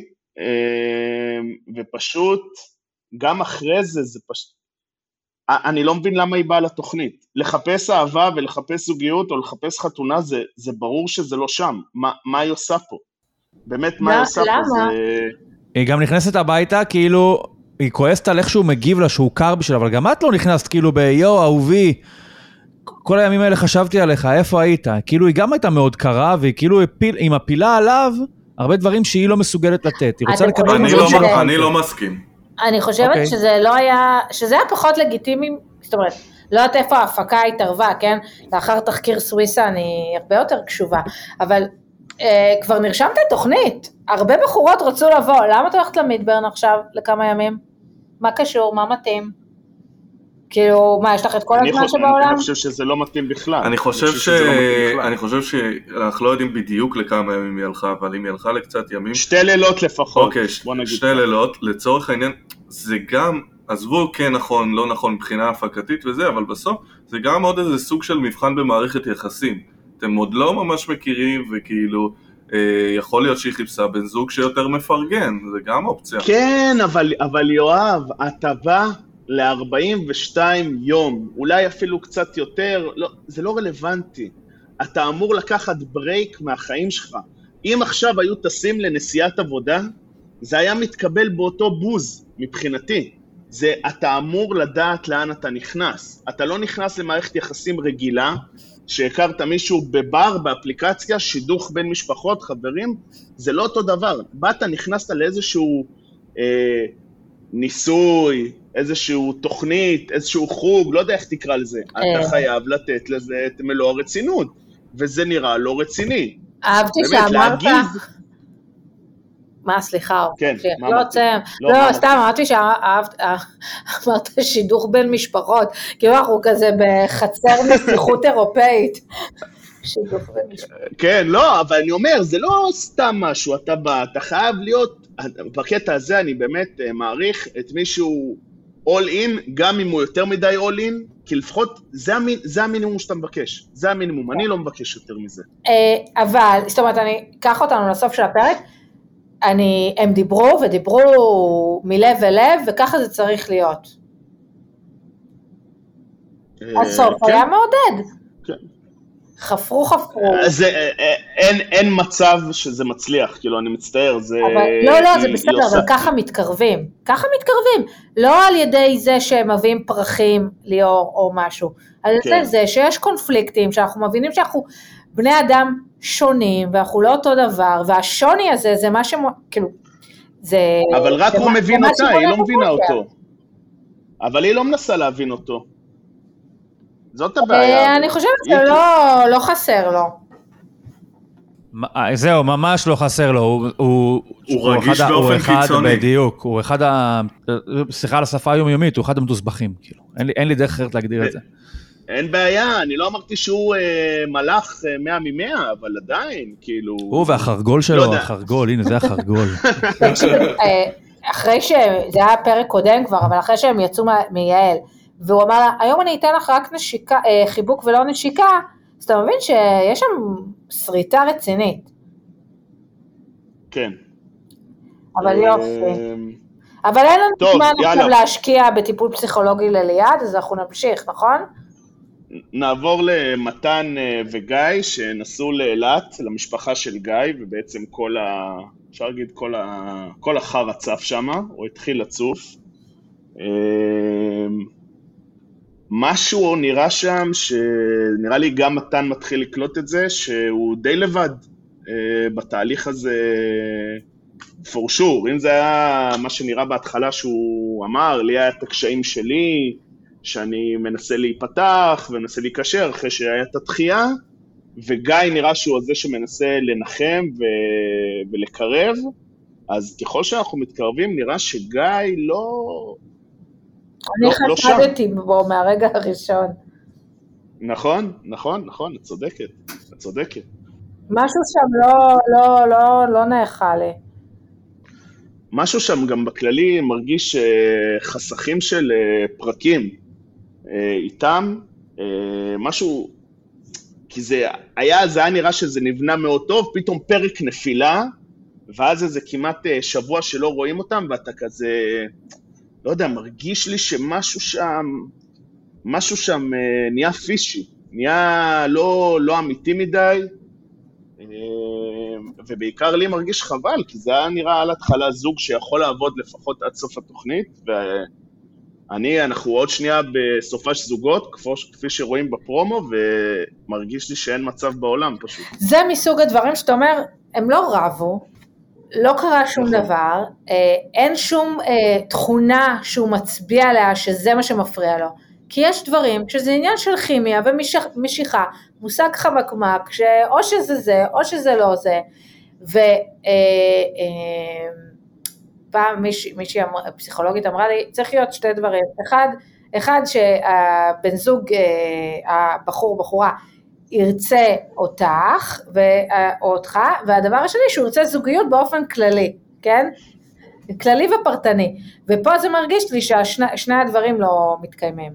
ופשוט גם אחרי זה זה פשוט, אני לא מבין למה היא באה לתוכנית, לחפש אהבה ולחפש זוגיות או לחפש חתונה, זה, זה ברור שזה לא שם, מה, מה היא עושה פה? באמת מה היא עושה פה? זה... היא גם נכנסת הביתה כאילו, היא כועסת על איך שהוא מגיב לה, שהוא קר בשביל, אבל גם את לא נכנסת כאילו ביו, אהובי, כל הימים האלה חשבתי עליך, איפה היית? כאילו היא גם הייתה מאוד קרה, והיא כאילו הפיל, היא מפילה עליו, הרבה דברים שהיא לא מסוגלת לתת, היא רוצה לקבל... אני, לא, שזה... אני לא מסכים. אני חושבת okay. שזה לא היה, שזה היה פחות לגיטימי, זאת אומרת, לא יודעת איפה ההפקה התערבה, כן? לאחר תחקיר סוויסה אני הרבה יותר קשובה, אבל אה, כבר נרשמת תוכנית, הרבה בחורות רצו לבוא, למה אתה הולכת למידברן עכשיו לכמה ימים? מה קשור, מה מתאים? כאילו, מה, יש לך את כל הזמן שבעולם? אני חושב שזה לא מתאים בכלל. אני חושב ש... אני חושב שאנחנו לא יודעים בדיוק לכמה ימים היא הלכה, אבל אם היא הלכה לקצת ימים... שתי לילות לפחות. אוקיי, שתי לילות. לצורך העניין, זה גם, עזבו כן נכון, לא נכון מבחינה הפקתית וזה, אבל בסוף זה גם עוד איזה סוג של מבחן במערכת יחסים. אתם עוד לא ממש מכירים, וכאילו, יכול להיות שהיא חיפשה בן זוג שיותר מפרגן, זה גם אופציה. כן, אבל, אבל יואב, אתה בא... ל-ארבעים ושתיים יום, אולי אפילו קצת יותר, לא, זה לא רלוונטי. אתה אמור לקחת ברייק מהחיים שלך. אם עכשיו היו טסים לנסיעת עבודה, זה היה מתקבל באותו בוז, מבחינתי. זה, אתה אמור לדעת לאן אתה נכנס. אתה לא נכנס למערכת יחסים רגילה, שהכרת מישהו בבר, באפליקציה, שידוך בין משפחות, חברים, זה לא אותו דבר. באת, נכנסת לאיזשהו אה, ניסוי, איזשהו תוכנית, איזשהו חוג, לא יודע איך תקרא לזה. אתה חייב לתת לזה את מלוא הרצינות, וזה נראה לא רציני. אהבתי שאמרת... מה, סליחה? כן, מה אמרתי? לא, סתם, אמרתי שאמרת שידוך בין משפחות, כאילו אנחנו כזה בחצר נסיכות אירופאית. שידוך בין משפחות. כן, לא, אבל אני אומר, זה לא סתם משהו, אתה בא, אתה חייב להיות, בקטע הזה אני באמת מעריך את מישהו all in, גם אם הוא יותר מדי all in, כי לפחות זה, המין, זה המינימום שאתה מבקש, זה המינימום, אני לא מבקש יותר מזה. אבל, זאת אומרת, אני אקח אותנו לסוף של הפרק, אני, הם דיברו ודיברו מלב ולב, וככה זה צריך להיות. הסוף היה מעודד. כן. חפרו חפרו. זה, אין, אין מצב שזה מצליח, כאילו אני מצטער, זה... אבל, לא, לא, זה בסדר, אבל ככה מתקרבים, ככה מתקרבים, לא על ידי זה שהם מביאים פרחים ליאור או משהו, על כן. זה, זה שיש קונפליקטים, שאנחנו מבינים שאנחנו בני אדם שונים, ואנחנו לא אותו דבר, והשוני הזה זה מה ש... כאילו, זה... אבל רק הוא מבין אותה, היא לא מבינה אותו. אבל היא לא מנסה להבין אותו. זאת הבעיה. אני חושבת שלא חסר לו. זהו, ממש לא חסר לו. הוא רגיש באופן קיצוני. בדיוק, הוא אחד ה... סליחה על השפה היומיומית, הוא אחד המדוסבכים, כאילו. אין לי דרך אחרת להגדיר את זה. אין בעיה, אני לא אמרתי שהוא אה, מלאך אה, מאה ממאה, אבל עדיין, כאילו... הוא והחרגול שלו, לא החרגול, הנה זה החרגול. אחרי שזה היה פרק קודם כבר, אבל אחרי שהם יצאו מיעל, והוא אמר לה, היום אני אתן לך רק נשיקה, אה, חיבוק ולא נשיקה, אז אתה מבין שיש שם שריטה רצינית. כן. אבל יופי. אבל אין לנו זמן עכשיו להשקיע בטיפול פסיכולוגי לליעד, אז אנחנו נמשיך, נכון? נעבור למתן וגיא, שנסעו לאילת, למשפחה של גיא, ובעצם כל ה... אפשר להגיד, כל, ה... כל החר הצף שם, הוא התחיל לצוף. משהו נראה שם, שנראה לי גם מתן מתחיל לקלוט את זה, שהוא די לבד בתהליך הזה, for sure. אם זה היה מה שנראה בהתחלה שהוא אמר, לי היה את הקשיים שלי, שאני מנסה להיפתח ומנסה להיקשר אחרי שהיה את התחייה, וגיא נראה שהוא הזה שמנסה לנחם ו- ולקרב, אז ככל שאנחנו מתקרבים נראה שגיא לא... אני לא, חשדתי לא בו מהרגע הראשון. נכון, נכון, נכון, את צודקת, את צודקת. משהו שם לא, לא, לא, לא נאכל לי. משהו שם גם בכללי מרגיש חסכים של פרקים איתם, משהו, כי זה היה, זה היה נראה שזה נבנה מאוד טוב, פתאום פרק נפילה, ואז איזה כמעט שבוע שלא רואים אותם, ואתה כזה, לא יודע, מרגיש לי שמשהו שם, משהו שם נהיה פישי, נהיה לא, לא אמיתי מדי, ובעיקר לי מרגיש חבל, כי זה היה נראה על התחלה זוג שיכול לעבוד לפחות עד סוף התוכנית, ואני, אנחנו עוד שנייה בסופש זוגות, כפי שרואים בפרומו, ומרגיש לי שאין מצב בעולם פשוט. זה מסוג הדברים שאתה אומר, הם לא רבו, לא קרה שום דבר, אין שום תכונה שהוא מצביע עליה שזה מה שמפריע לו, כי יש דברים שזה עניין של כימיה ומשיכה, מושג חמקמק, שאו שזה זה, או שזה לא זה, ופעם מישהי פסיכולוגית אמרה לי, צריך להיות שתי דברים, אחד, אחד שהבן זוג, הבחור, בחורה, ירצה אותך, או אותך, והדבר השני שהוא ירצה זוגיות באופן כללי, כן? כללי ופרטני, ופה זה מרגיש לי שהשני הדברים לא מתקיימים.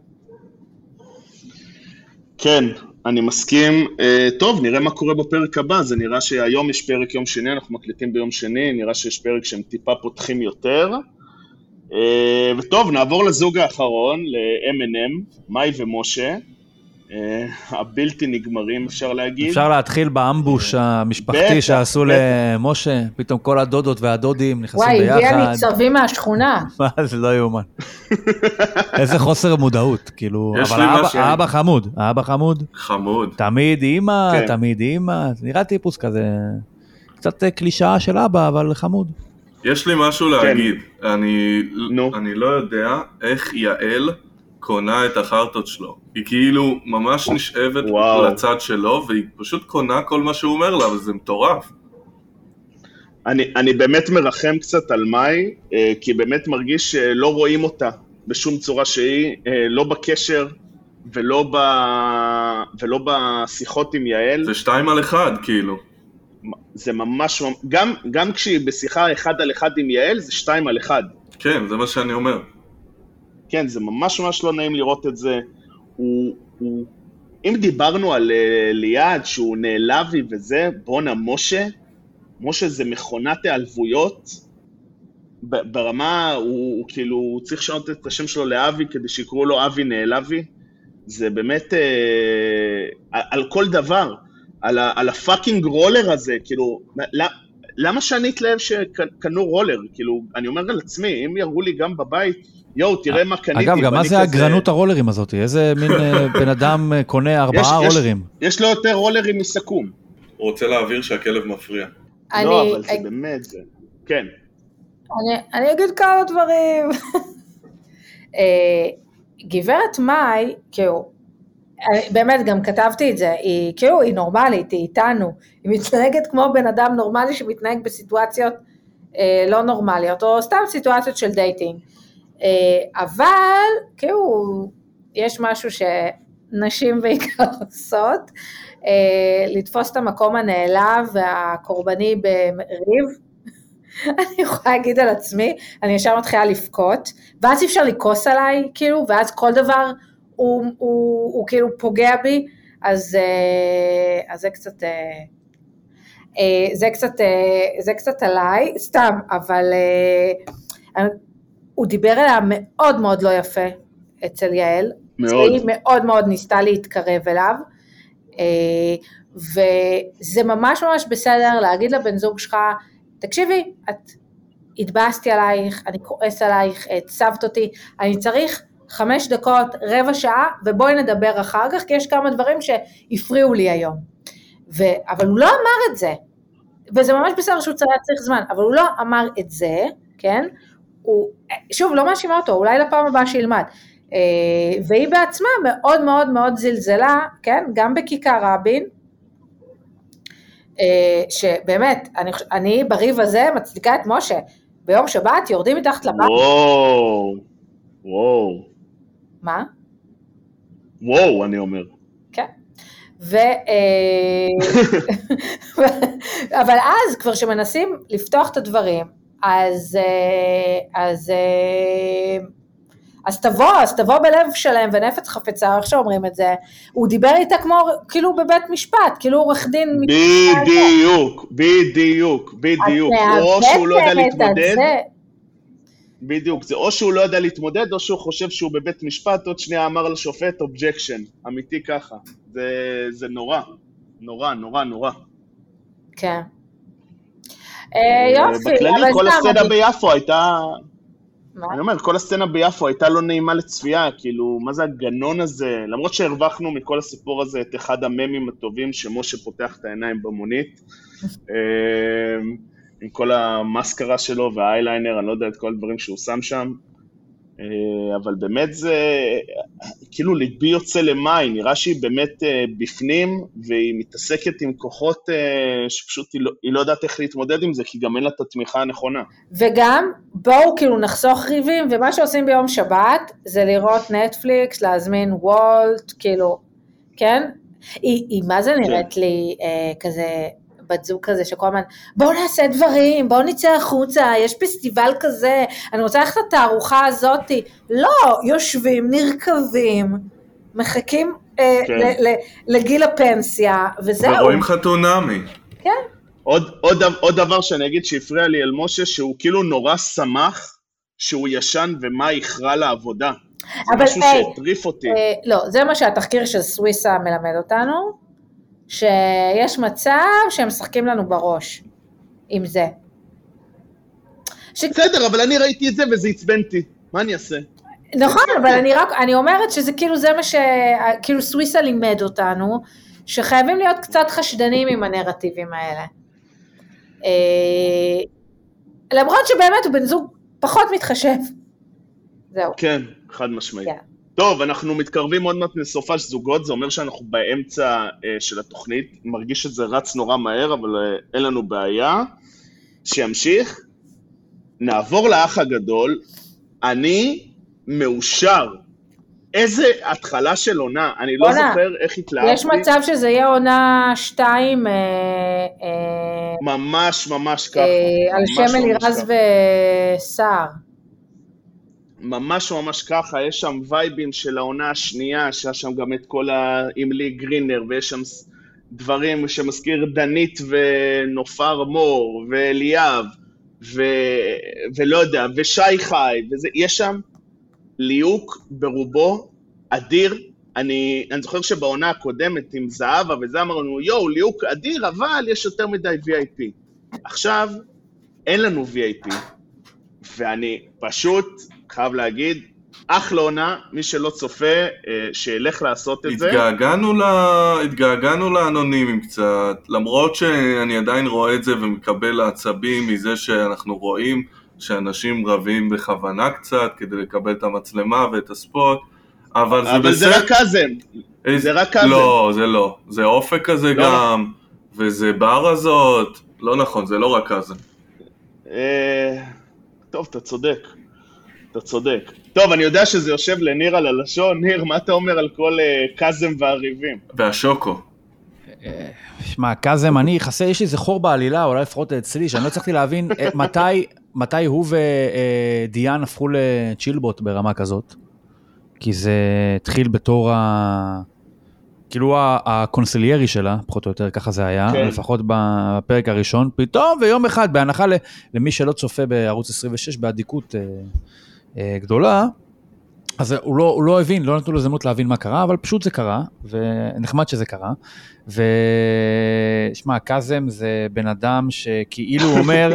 כן, אני מסכים. טוב, נראה מה קורה בפרק הבא, זה נראה שהיום יש פרק יום שני, אנחנו מקליטים ביום שני, נראה שיש פרק שהם טיפה פותחים יותר, וטוב, נעבור לזוג האחרון, ל-אם אנד אם, מאי ומשה, הבלתי נגמרים אפשר להגיד. אפשר להתחיל באמבוש המשפחתי שעשו למשה, פתאום כל הדודות והדודים נכנסים ביחד. וואי, הביאה ניצבים מהשכונה. מה, זה לא יאומן. איזה חוסר מודעות, כאילו, אבל האבא חמוד, האבא חמוד. חמוד. תמיד אימא, תמיד אימא, נראה טיפוס כזה, קצת קלישאה של אבא, אבל חמוד. יש לי משהו להגיד, אני לא יודע איך יעל קונה את החרטות שלו. היא כאילו ממש נשאבת וואו. לצד שלו, והיא פשוט קונה כל מה שהוא אומר לה, וזה מטורף. אני, אני באמת מרחם קצת על מאי, כי באמת מרגיש שלא רואים אותה בשום צורה שהיא, לא בקשר ולא, ב, ולא בשיחות עם יעל. זה שתיים על אחד, כאילו. זה ממש, גם, גם כשהיא בשיחה אחד על אחד עם יעל, זה שתיים על אחד. כן, זה מה שאני אומר. כן, זה ממש ממש לא נעים לראות את זה. הוא, הוא, אם דיברנו על uh, ליעד שהוא נעלבי וזה, בונה משה, משה זה מכונת העלבויות, ברמה, הוא, הוא כאילו, הוא צריך לשנות את השם שלו לאבי, כדי שיקראו לו אבי נעלבי, זה באמת, uh, על, על כל דבר, על, ה, על הפאקינג רולר הזה, כאילו, לא, למה שאני אתלהב שקנו רולר? כאילו, אני אומר על עצמי, אם יראו לי גם בבית, יואו, תראה מה קניתי. אגב, גם מה זה הגרנות הרולרים הזאת? איזה מין בן אדם קונה ארבעה רולרים? יש לו יותר רולרים מסכום. הוא רוצה להעביר שהכלב מפריע. לא, אבל זה באמת זה. כן. אני אגיד כמה דברים. גברת מאי, כאילו, באמת גם כתבתי את זה, היא כאילו, היא נורמלית, היא איתנו, היא מתנהגת כמו בן אדם נורמלי שמתנהג בסיטואציות לא נורמליות, או סתם סיטואציות של דייטינג. אבל כאילו יש משהו נשים בעיקר עושות, לתפוס את המקום הנעלב והקורבני בריב, אני יכולה להגיד על עצמי, אני ישר מתחילה לפקוט, ואז אי אפשר לקוס עליי, כאילו, ואז כל דבר הוא, הוא, הוא כאילו פוגע בי, אז, אז זה קצת, זה קצת, זה קצת עליי, סתם, אבל הוא דיבר אליה מאוד מאוד לא יפה אצל יעל, מאוד. היא מאוד מאוד ניסתה להתקרב אליו, וזה ממש ממש בסדר להגיד לבן זוג שלך, תקשיבי, את התבאסתי עלייך, אני כועס עלייך, הצבת אותי, אני צריך חמש דקות, רבע שעה, ובואי נדבר אחר כך, כי יש כמה דברים שהפריעו לי היום. ו... אבל הוא לא אמר את זה, וזה ממש בסדר שהוא צריך זמן, אבל הוא לא אמר את זה, כן? הוא, שוב, לא מאשימה אותו, אולי לפעם הבאה שילמד. והיא בעצמה מאוד מאוד מאוד זלזלה, כן? גם בכיכר רבין, שבאמת, אני, אני בריב הזה מצדיקה את משה, ביום שבת יורדים מתחת לבית. וואו, וואו. מה? וואו, אני אומר. כן. ו... אבל אז, כבר שמנסים לפתוח את הדברים, אז... אז... אז תבוא, אז תבוא בלב שלם ונפץ חפצה, איך שאומרים את זה, הוא דיבר איתה כמו, כאילו בבית משפט, כאילו עורך דין... בדיוק, בדיוק, בדיוק, או שהוא לא יודע להתמודד, בדיוק, זה או שהוא לא יודע להתמודד, או שהוא חושב שהוא בבית משפט, עוד שנייה אמר לשופט, אובג'קשן, אמיתי ככה, זה נורא, נורא, נורא, נורא. כן. יופי, בכללי, כל הסצנה ביפו הייתה... אני אומר, כל הסצנה ביפו הייתה לא נעימה לצפייה, כאילו, מה זה הגנון הזה? למרות שהרווחנו מכל הסיפור הזה את אחד הממים הטובים, שמשה פותח את העיניים במונית, עם כל המסקרה שלו והאייליינר, אני לא יודע את כל הדברים שהוא שם שם, אבל באמת זה, כאילו ליבי יוצא למים, נראה שהיא באמת בפנים, והיא מתעסקת עם כוחות שפשוט היא לא, היא לא יודעת איך להתמודד עם זה, כי גם אין לה את התמיכה הנכונה. וגם בואו כאילו נחסוך ריבים, ומה שעושים ביום שבת, זה לראות נטפליקס, להזמין וולט, כאילו, כן? היא, היא מה זה נראית כן. לי אה, כזה... בת זוג כזה שכל הזמן, בואו נעשה דברים, בואו נצא החוצה, יש פסטיבל כזה, אני רוצה ללכת לתערוכה הזאת, לא, יושבים, נרכבים, מחכים אה, כן. ל- ל- לגיל הפנסיה, וזהו. ורואים חתונמי. כן. עוד, עוד, עוד דבר שאני אגיד שהפריע לי אל משה, שהוא כאילו נורא שמח, שהוא ישן ומה יכרה לעבודה. זה משהו היי, שהטריף אותי. אה, לא, זה מה שהתחקיר של סוויסה מלמד אותנו, שיש מצב שהם משחקים לנו בראש עם זה. ש... בסדר, אבל אני ראיתי את זה וזה עצבנתי. מה אני אעשה? נכון, אבל אני רק, אני אומרת שזה כאילו זה מה ש... כאילו סוויסה לימד אותנו, שחייבים להיות קצת חשדנים עם הנרטיבים האלה. למרות שבאמת הוא בן זוג פחות מתחשב. זהו. כן, חד משמעית. כן. טוב, אנחנו מתקרבים עוד מעט לסופה של זוגות, זה אומר שאנחנו באמצע אה, של התוכנית, מרגיש שזה רץ נורא מהר, אבל אה, אין לנו בעיה. שימשיך, נעבור לאח הגדול, אני מאושר. איזה התחלה של עונה, אני לא עונה. זוכר איך התלהבתי. יש מצב שזה יהיה עונה שתיים, אה, אה, ממש ממש ככה. אה, על שם אלירז וסער. ממש ממש ככה, יש שם וייבים של העונה השנייה, שיש שם גם את כל ה... עם לי גרינר, ויש שם דברים שמזכיר דנית ונופר מור, ואליאב, ו... ולא יודע, ושי חי, וזה... יש שם ליהוק ברובו אדיר, אני, אני זוכר שבעונה הקודמת עם זהבה, וזה אמרנו, יואו, ליהוק אדיר, אבל יש יותר מדי וי איי פי. עכשיו, אין לנו וי איי פי, ואני פשוט... חייב להגיד, אחלה עונה, מי שלא צופה, שילך לעשות את זה. התגעגענו, לה... התגעגענו לאנונימים קצת, למרות שאני עדיין רואה את זה ומקבל לעצבים מזה שאנחנו רואים שאנשים רבים בכוונה קצת, כדי לקבל את המצלמה ואת הספוט, אבל זה אבל בסדר. זה רק קזם, זה רק קזם. לא, זה לא, זה אופק כזה לא. גם, וזה בר הזאת, לא נכון, זה לא רק קזם. טוב, אתה צודק. אתה צודק. טוב, אני יודע שזה יושב לניר על הלשון. ניר, מה אתה אומר על כל קזם והריבים? והשוקו. שמע, קזם, אני חסר, יש לי איזה חור בעלילה, אולי לפחות אצלי, שאני לא הצלחתי להבין מתי, מתי הוא ודיאן הפכו לצ'ילבוט ברמה כזאת, כי זה התחיל בתור ה... כאילו הקונסיליירי שלה, פחות או יותר, ככה זה היה, כן. לפחות בפרק הראשון, פתאום ויום אחד, בהנחה למי שלא צופה בערוץ עשרים ושש, בעדיקות אה, אה, גדולה, אז הוא לא, הוא לא הבין, לא נתנו לו הזדמנות להבין מה קרה, אבל פשוט זה קרה, ונחמד שזה קרה, ושמע, קזם זה בן אדם שכאילו הוא אומר,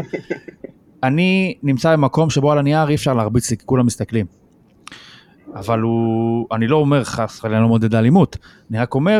אני נמצא במקום שבו על הנייר אי אפשר להרביץ לי, כולם מסתכלים. אבל הוא, אני לא אומר חס, אני לא מודד לאלימות, אני רק אומר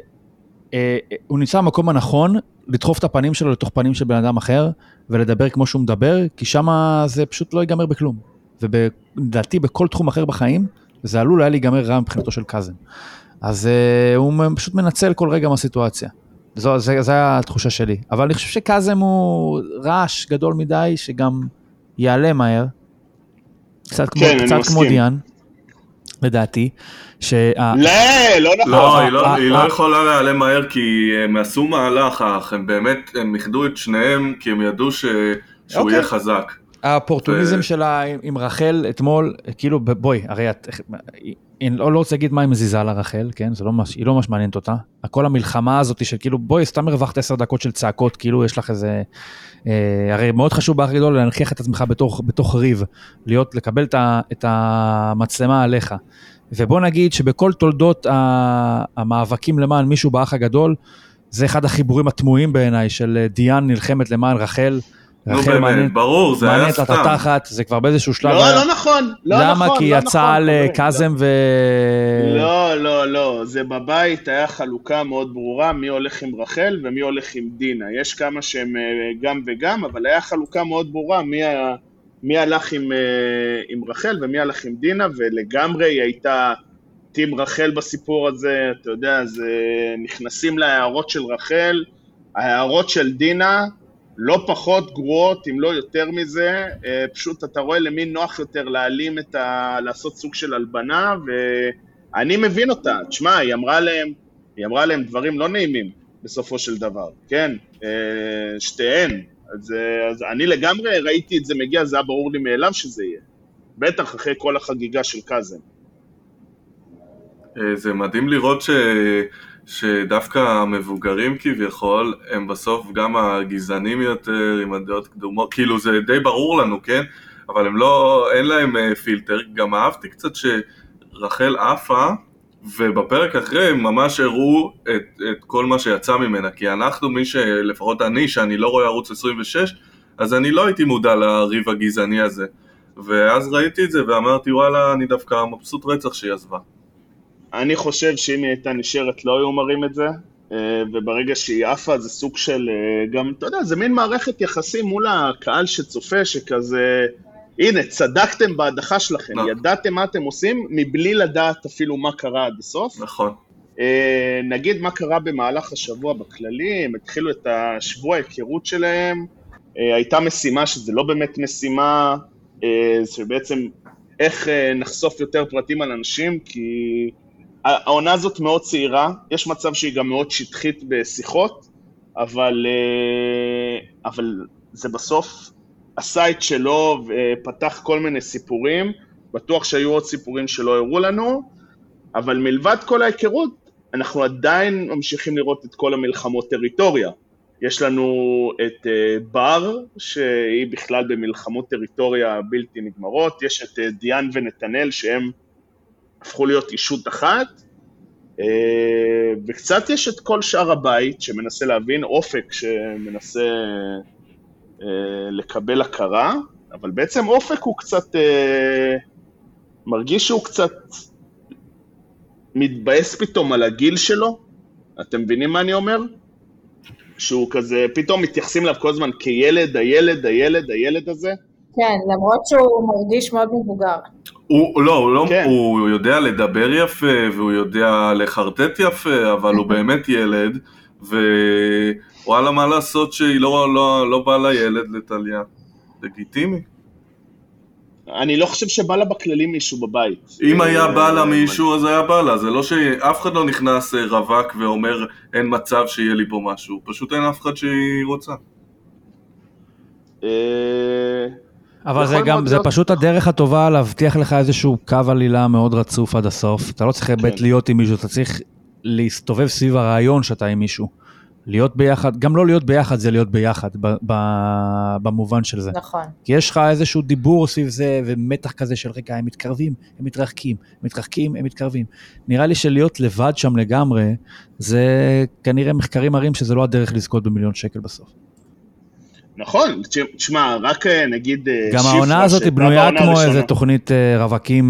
שהוא נמצא במקום הנכון, לדחוף את הפנים שלו לתוך פנים של בן אדם אחר, ולדבר כמו שהוא מדבר, כי שם זה פשוט לא ייגמר בכלום. ולדעתי בכל תחום אחר בחיים, זה עלול היה להיגמר רע מבחינתו של קזם. אז הוא פשוט מנצל כל רגע מהסיטואציה. זו, זה, זה היה התחושה שלי. אבל אני חושב שקזם הוא רעש גדול מדי, שגם יעלה מהר, קצת כמו, כן, קצת כמו דיאן. לדעתי, שה... לא, לא נכון. לא, היא לא, היא לא יכולה להיעלם מהר, כי הם עשו מהלך, הם באמת, הם איחדו את שניהם, כי הם ידעו שהוא יהיה חזק. האופורטוניזם שלה עם רחל אתמול, כאילו, בואי, הרי את, אני לא רוצה להגיד מה היא מזיזה לה רחל, כן? זה לא ממש, היא לא ממש מעניינת אותה. כל המלחמה הזאת של כאילו, בואי, סתם הרווחת עשר דקות של צעקות, כאילו יש לך איזה, הרי מאוד חשוב באח גדול להנכיח את עצמך בתוך, בתוך ריב, להיות, לקבל את, את המצלמה עליך. ובוא נגיד שבכל תולדות המאבקים למען מישהו באח הגדול, זה אחד החיבורים התמוהים בעיניי, של דיאן נלחמת למען רחל, נו באמת, ברור, זה היה סתם. מעניינת לתחת, זה כבר באיזשהו שלב. לא, לא נכון, לא נכון. למה? כי יצא על קזם ו... לא, לא, לא, זה בבית היה חלוקה מאוד ברורה, מי הולך עם רחל ומי הולך עם דינה. יש כמה שהם גם וגם, אבל היה חלוקה מאוד ברורה, מי, מי הלך עם, עם רחל ומי הלך עם דינה, ולגמרי היא הייתה טים רחל בסיפור הזה, אתה יודע, אז נכנסים להערות של רחל, ההערות של דינה, לא פחות גרועות, אם לא יותר מזה, פשוט אתה רואה למי נוח יותר להעלים את ה... לעשות סוג של הלבנה, ואני מבין אותה, תשמע, היא אמרה להם, היא אמרה להם דברים לא נעימים בסופו של דבר, כן, שתיהן, אז, אז אני לגמרי ראיתי את זה מגיע, זה היה ברור לי מאליו שזה יהיה, בטח אחרי כל החגיגה של קזם. זה מדהים לראות ש... שדווקא המבוגרים כביכול, הם בסוף גם הגזענים יותר, עם הדעות קדומות, כאילו זה די ברור לנו, כן? אבל הם לא, אין להם פילטר, גם אהבתי קצת שרחל עפה, ובפרק אחרי הם ממש הראו את, את כל מה שיצא ממנה, כי אנחנו, מי שלפחות אני, שאני לא רואה ערוץ עשרים ושש, אז אני לא הייתי מודע לריב הגזעני הזה, ואז ראיתי את זה ואמרתי, וואלה, אני דווקא מבסוט רצח שהיא עזבה. אני חושב שאם היא הייתה נשארת לא היו מראים את זה, וברגע שהיא עפה זה סוג של, גם, אתה יודע, זה מין מערכת יחסים מול הקהל שצופה, שכזה, הנה, צדקתם בהדחה שלכם, נכון. ידעתם מה אתם עושים, מבלי לדעת אפילו מה קרה עד הסוף. נכון. נגיד מה קרה במהלך השבוע בכללי, הם התחילו את השבוע ההיכרות שלהם, הייתה משימה שזה לא באמת משימה, שבעצם איך נחשוף יותר פרטים על אנשים, כי העונה הזאת מאוד צעירה, יש מצב שהיא גם מאוד שטחית בשיחות, אבל, אבל זה בסוף הסייט שלו ופתח כל מיני סיפורים, בטוח שהיו עוד סיפורים שלא הראו לנו, אבל מלבד כל ההיכרות, אנחנו עדיין ממשיכים לראות את כל המלחמות טריטוריה. יש לנו את בר, שהיא בכלל במלחמות טריטוריה בלתי נגמרות, יש את דיאן ונתנאל שהם הפכו להיות אישות אחת, וקצת יש את כל שאר הבית שמנסה להבין, אופק שמנסה לקבל הכרה, אבל בעצם אופק הוא קצת, מרגיש שהוא קצת מתבאס פתאום על הגיל שלו, אתם מבינים מה אני אומר? שהוא כזה, פתאום מתייחסים אליו כל הזמן כילד, הילד, הילד, הילד הזה. כן, למרות שהוא מרגיש מאוד מבוגר. הוא, לא, הוא, לא, כן. הוא יודע לדבר יפה, והוא יודע לחרטט יפה, אבל הוא באמת ילד, ווואלה מה לעשות שהיא לא, לא, לא באה לילד לטליה. לגיטימי. אני לא חושב שבא לה בכללי מישהו בבית. אם היה בא לה מישהו, אז היה בא לה. זה לא שאף אחד לא נכנס רווק ואומר, אין מצב שיהיה לי פה משהו. פשוט אין אף אחד שהיא רוצה. אבל זה גם, זה פשוט הדרך הטובה להבטיח לך איזשהו קו עלילה מאוד רצוף עד הסוף. אתה לא צריך בית להיות עם מישהו, אתה צריך להסתובב סביב הרעיון שאתה עם מישהו. להיות ביחד, גם לא להיות ביחד, זה להיות ביחד, במובן של זה. נכון. כי יש לך איזשהו דיבור סביב זה, ומתח כזה של רגע, הם מתקרבים, הם מתרחקים, מתרחקים, הם מתקרבים. נראה לי שלהיות לבד שם לגמרי, זה כנראה מחקרים מראים שזה לא הדרך לזכות במיליון שקל בסוף. נכון, תשמע, רק נגיד... גם העונה הזאת היא בנויה כמו איזה תוכנית רווקים,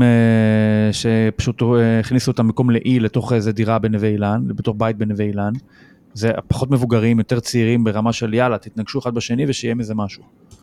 שפשוט הכניסו אותם מקום לאי, לתוך איזה דירה בנווה אילן, בתוך בית בנווה אילן. זה פחות מבוגרים, יותר צעירים ברמה של יאללה, תתנגשו אחד בשני ושיהיה מזה משהו.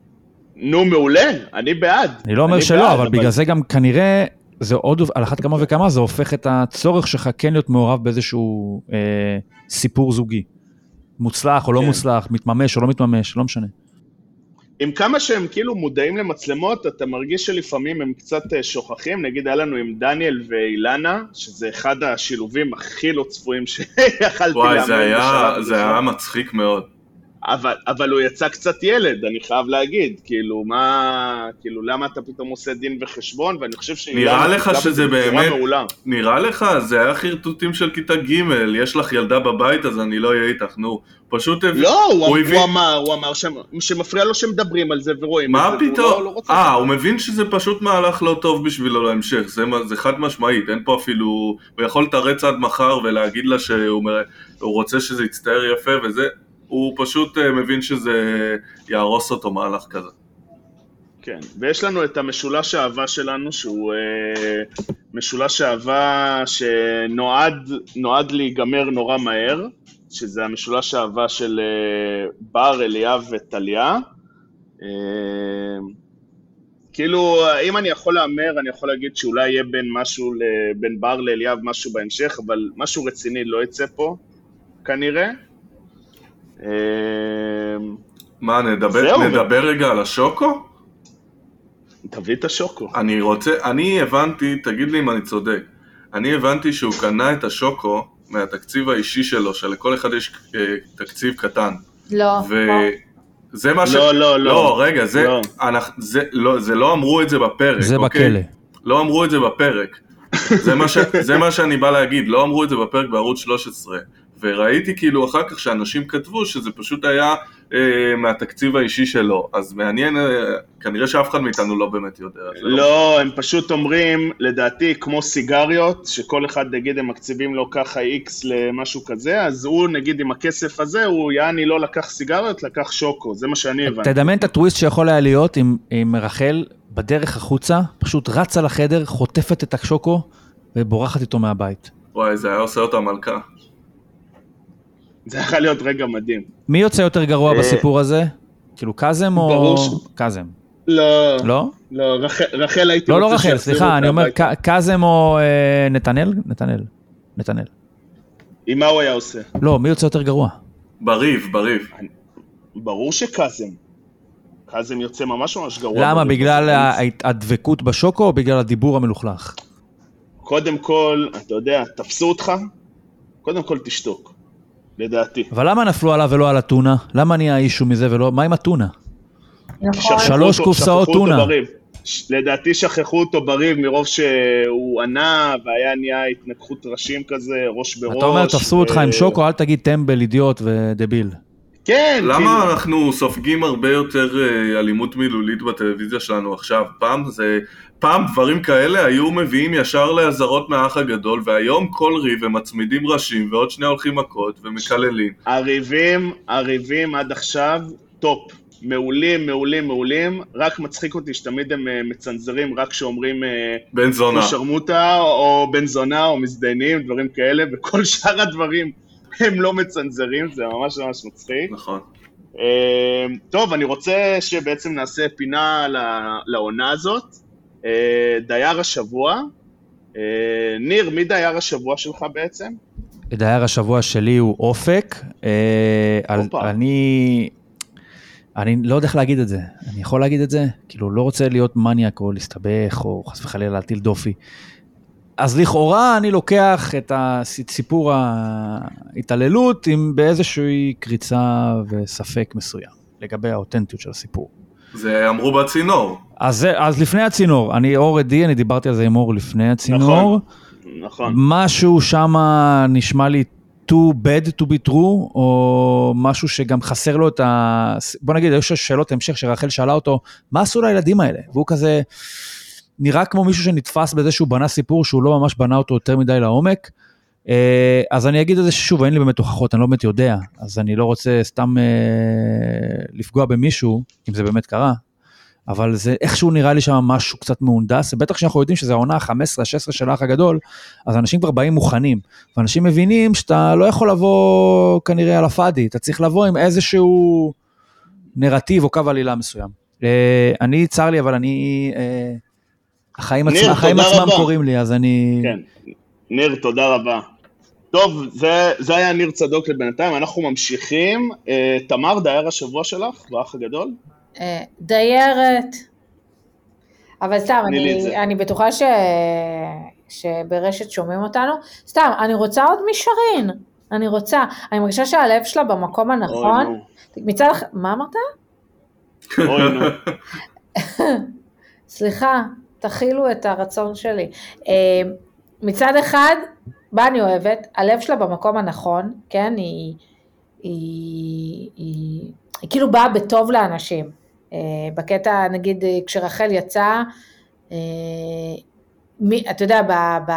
נו, מעולה, אני בעד. אני לא אומר שלא, אבל בגלל זה גם כנראה, זה עוד, על אחת כמה וכמה, זה הופך את הצורך שלך כן להיות מעורב באיזשהו סיפור זוגי. מוצלח או לא מוצלח, מתממש או לא מתממש, לא משנה. עם כמה שהם כאילו מודעים למצלמות, אתה מרגיש שלפעמים הם קצת שוכחים, נגיד היה לנו עם דניאל ואילנה, שזה אחד השילובים הכי לא צפויים שיכלתי להאמין. וואי, זה היה, זה היה מצחיק מאוד. אבל, אבל הוא יצא קצת ילד, אני חייב להגיד, כאילו, מה, כאילו, למה אתה פתאום עושה דין וחשבון, ואני חושב שאילנה... נראה לך שזה באמת, נראה לך, זה היה חרטוטים של כיתה ג', יש לך ילדה בבית, אז אני לא אהיה איתך, נו. פשוט... לא, הוא, הוא, הוא אמר, הוא אמר ש... שמפריע לו שמדברים על זה ורואים מה את זה. מה פתאום? לא, לא אה, הוא מבין שזה פשוט מהלך לא טוב בשבילו להמשך, זה, זה חד משמעית, אין פה אפילו... הוא יכול לתרץ עד מחר ולהגיד לה שהוא רוצה שזה יצטער יפה וזה... הוא פשוט מבין שזה יהרוס אותו מהלך כזה. כן, ויש לנו את המשולש האהבה שלנו, שהוא אה, משולש האהבה שנועד נועד להיגמר נורא מהר, שזה המשולש האהבה של אה, בר, אליאב וטליה. אה, כאילו, אם אני יכול לאמר, אני יכול להגיד שאולי יהיה בין משהו, בין בר לאליאב משהו בהמשך, אבל משהו רציני לא יצא פה, כנראה. מה, נדבר, נדבר רגע על השוקו? תביא את השוקו. אני רוצה, אני הבנתי, תגיד לי אם אני צודק, אני הבנתי שהוא קנה את השוקו מהתקציב האישי שלו, שלכל אחד יש תקציב קטן. לא. וזה מה ש... לא, לא, לא. לא, רגע, זה, לא. אנחנו, זה, לא, זה לא אמרו את זה בפרק. זה אוקיי? בכלא. לא אמרו את זה בפרק. זה מה ש, זה מה שאני בא להגיד, לא אמרו את זה בפרק בערוץ שלוש עשרה. וראיתי כאילו אחר כך שאנשים כתבו שזה פשוט היה אה, מהתקציב האישי שלו, אז מעניין, אה, כנראה שאף אחד מאיתנו לא באמת יודע. לא, לא, הם פשוט אומרים, לדעתי, כמו סיגריות, שכל אחד נגיד הם מקציבים לו ככה איקס למשהו כזה, אז הוא נגיד עם הכסף הזה, הוא יעני לא לקח סיגריות, לקח שוקו, זה מה שאני הבנתי. תדמיין את הטוויסט שיכול היה להיות עם, עם רחל בדרך החוצה, פשוט רצה לחדר, חוטפת את השוקו ובורחת איתו מהבית. וואי, זה היה עושה אותה מלכה. זה יכול להיות רגע מדהים. מי יוצא יותר גרוע בסיפור הזה? כאילו קזם או... קזם. לא. לא? לא, רחל הייתי רוצה... לא, לא רחל, סליחה, אני אומר קזם או נתנאל? נתנאל. נתנאל. עם מה הוא היה עושה? לא, מי יוצא יותר גרוע? בריב, בריב. ברור שקזם. קזם יוצא ממש ממש גרוע. למה? בגלל הדבקות בשוקו או בגלל הדיבור המלוכלך? קודם כל, אתה יודע, תפסו אותך, קודם כל תשתוק. לדעתי. אבל למה נפלו עליו ולא על הטונה? למה נהיה אישו מזה ולא... מה עם הטונה? נכון. שלוש קופסאות טונה. לדעתי שכחו אותו בריב מרוב שהוא ענה והיה נהיה התנגחות ראשים כזה, ראש בראש. אתה אומר, תפסו אותך עם שוקו, אל תגיד טמבל, אידיוט ודביל. כן. למה אנחנו סופגים הרבה יותר אלימות מילולית בטלוויזיה שלנו עכשיו? פעם זה... פעם דברים כאלה היו מביאים ישר להזרות מהאח הגדול, והיום כל ריב הם מצמידים ראשים, ועוד שני הולכים מכות ומקללים. הריבים, הריבים עד עכשיו, טופ. מעולים, מעולים, מעולים. רק מצחיק אותי שתמיד הם מצנזרים, רק שאומרים... בן זונה. שרמוטה, או בן זונה, או מזדיינים, דברים כאלה, וכל שאר הדברים הם לא מצנזרים, זה ממש ממש מצחיק. נכון. טוב, אני רוצה שבעצם נעשה פינה לעונה הזאת. דייר השבוע, ניר, מי דייר השבוע שלך בעצם? דייר השבוע שלי הוא אופק, אני, אני לא יודע איך להגיד את זה, אני יכול להגיד את זה? כאילו, לא רוצה להיות מניאק או להסתבך, או חס וחלילה להטיל דופי. אז לכאורה אני לוקח את הסיפור ההתעללות עם באיזושהי קריצה וספק מסוים, לגבי האותנטיות של הסיפור. זה אמרו בצינור. אז, אז לפני הצינור, אני אור עדי, אני דיברתי על זה עם אור לפני הצינור. נכון, נכון. משהו שם נשמע לי too bad to be true, או משהו שגם חסר לו את ה... בוא נגיד, יש שאלות המשך שרחל שאלה אותו, מה עשו לילדים האלה? והוא כזה נראה כמו מישהו שנתפס בזה שהוא בנה סיפור, שהוא לא ממש בנה אותו יותר מדי לעומק. אז אני אגיד את זה ששוב, אין לי באמת הוכחות, אני לא באמת יודע, אז אני לא רוצה סתם לפגוע במישהו, אם זה באמת קרה, אבל זה איכשהו נראה לי שם משהו קצת מהונדס, בטח שאנחנו יודעים שזה העונה ה-חמש עשרה שש עשרה של האח הגדול, אז אנשים כבר באים מוכנים, ואנשים מבינים שאתה לא יכול לבוא כנראה על הפאדי, אתה צריך לבוא עם איזשהו נרטיב או קו עלילה מסוים. אני צר לי, אבל אני, החיים עצמם, החיים עצמם קוראים לי, אז אני... כן, ניר, תודה רבה. טוב, זה, זה היה ניר צדוק לבינתיים, אנחנו ממשיכים. תמר, דייר השבוע שלך, באח הגדול? דיירת, אבל סתם, אני, אני בטוחה ש... שברשת שומעים אותנו, סתם, אני רוצה עוד משרין, אני רוצה, אני מרגישה שהלב שלה במקום הנכון, אוי, מצד, מה אמרת? אוי נו. סליחה, תכילו את הרצון שלי. מצד אחד, מה אני אוהבת, הלב שלה במקום הנכון, כן, היא, היא, היא, היא כאילו באה בטוב לאנשים, בקטע, נגיד, כשרחל יצא, אתה יודע,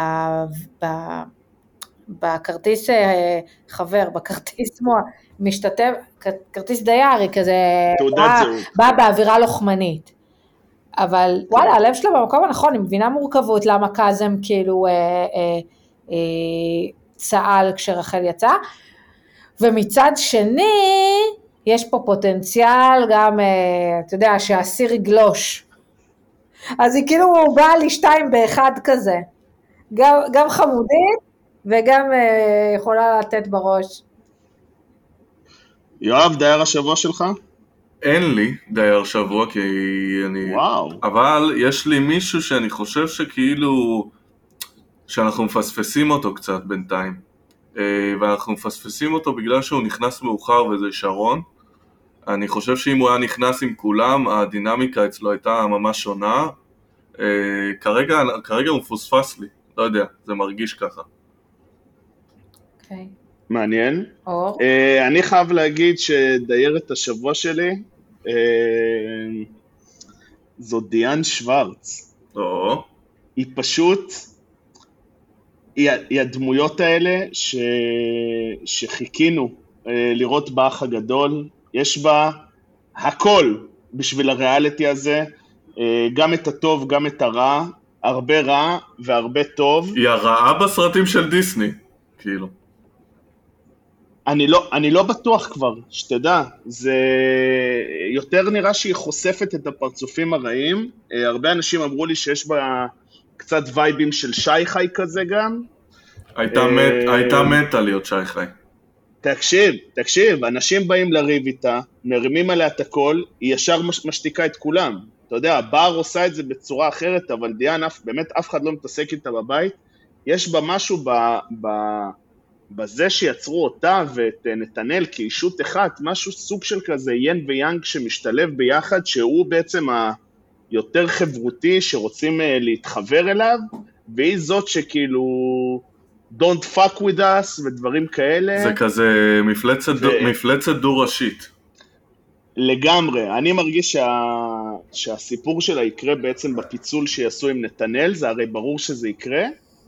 בכרטיס חבר, בכרטיס משתתף, כרטיס דיירי כזה, באה באווירה לוחמנית, אבל וואלה, הלב שלה במקום הנכון, היא מבינה מורכבות, למה קזם כאילו צעל כשרחל יצא, ומצד שני, יש פה פוטנציאל גם, אתה יודע, שהסיר יגלוש. אז היא כאילו באה לי שתיים באחד כזה. גם, גם חמודית, וגם יכולה לתת בראש. יואב, דייר השבוע שלך? אין לי דייר שבוע, כי אני... וואו. אבל יש לי מישהו שאני חושב שכאילו... שאנחנו מפספסים אותו קצת בינתיים. ואנחנו מפספסים אותו בגלל שהוא נכנס מאוחר, וזה שרון. אני חושב שאם הוא היה נכנס עם כולם, הדינמיקה אצלו הייתה ממש שונה. כרגע, כרגע הוא מפוספס לי, לא יודע, זה מרגיש ככה. אוקיי. מעניין. אני חייב להגיד שדיירת השבוע שלי, זו דיאן שוורץ. או. היא פשוט... היא הדמויות האלה ש... שחיכינו לראות באח הגדול, יש בה הכל בשביל הריאליטי הזה, גם את הטוב, גם את הרע, הרבה רע והרבה טוב. היא הרעה בסרטים של דיסני, כאילו. אני לא, אני לא בטוח כבר, שתדע, זה יותר נראה שהיא חושפת את הפרצופים הרעים, הרבה אנשים אמרו לי שיש בה... קצת וייבים של שי חי כזה גם. הייתה מת, הייתה מתה להיות שי חי. תקשיב, תקשיב, אנשים באים לריב איתה, מרימים עליה את הכל, היא ישר משתיקה את כולם. אתה יודע, בר עושה את זה בצורה אחרת, אבל דיאן, באמת אף אחד לא מתעסק איתה בבית. יש בה משהו ב, ב, בזה שיצרו אותה ואת נתנאל כאישות אחת, משהו סוג של כזה ין ויאנג שמשתלב ביחד, שהוא בעצם ה... יותר חברותי שרוצים להתחבר אליו, והיא זאת שכאילו don't fuck with us ודברים כאלה. זה כזה מפלצת, ו... דו, מפלצת דו-ראשית. לגמרי, אני מרגיש שה... שהסיפור שלה יקרה בעצם בפיצול שיעשו עם נתנאל, זה הרי ברור שזה יקרה,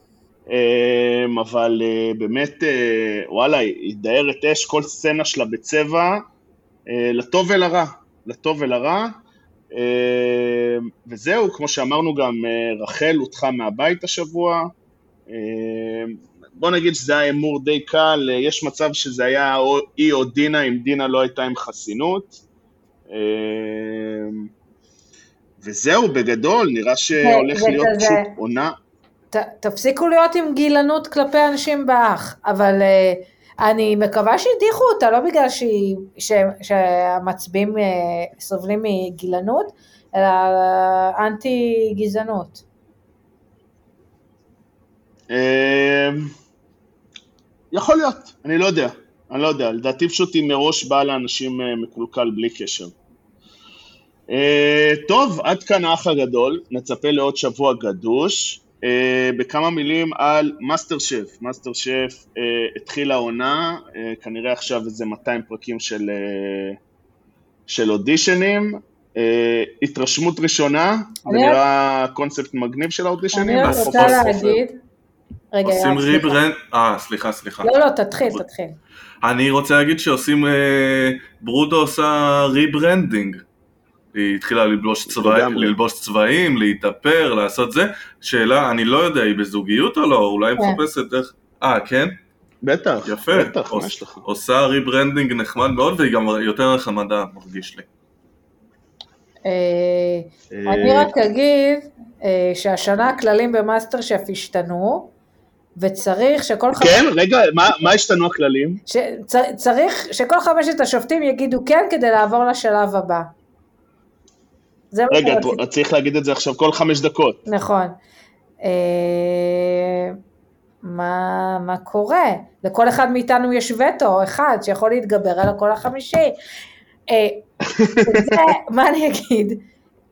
אבל באמת, וואלה, היא דיירת אש, כל סצנה שלה בצבע, לטוב ולרע, לטוב ולרע, וזהו, כמו שאמרנו גם, רחל הותחה מהבית השבוע, בוא נגיד שזה היה אמור די קל, יש מצב שזה היה או אי או דינה, אם דינה לא הייתה עם חסינות, וזהו, בגדול, נראה שהולך להיות פשוט עונה. תפסיקו להיות עם גילנות כלפי אנשים באח, אבל אני מקווה שהדיחו אותה, לא בגלל שהיא, ש, שהמצביעים סובלים מגילנות, אלא אנטי גזענות. יכול להיות, אני לא יודע, אני לא יודע, לדעתי פשוט היא מראש באה לאנשים מקולקל בלי קשר. טוב, עד כאן האח הגדול, נצפה לעוד שבוע גדוש, בכמה מילים על מאסטר שף. מאסטר שף התחילה העונה, כנראה עכשיו איזה מאתיים פרקים של, של אודישנים, התרשמות ראשונה, זה נראה קונספט מגניב של האודישנים. אני רוצה להגיד, רגע, עושים ריברנד, אה, סליחה, סליחה. לא, לא, תתחיל, תתחיל. אני רוצה להגיד שעושים, ברודו עושה ריברנדינג. היא התחילה ללבוש צבעים, ללבוש צבעים, להתאפר, לעשות זה. שאלה, אני לא יודע, היא בזוגיות או לא? אולי היא מחפשת איך... אה, כן? בטח, יפה. בטח, מה יש לך? עושה ריברנדינג נחמד מאוד, והיא גם יותר נחמדה, מרגיש לי. אני רק אגיד שהשנה הכללים במאסטר שף השתנו, וצריך שכל חמש... כן, רגע, מה השתנו הכללים? צריך שכל חמשת השופטים יגידו כן כדי לעבור לשלב הבא. רגע, את צריך להגיד את זה עכשיו כל חמש דקות. נכון. מה, מה קורה? לכל אחד מאיתנו יש וטו, אחד שיכול להתגבר על הכל החמישי. זה, מה אני אגיד?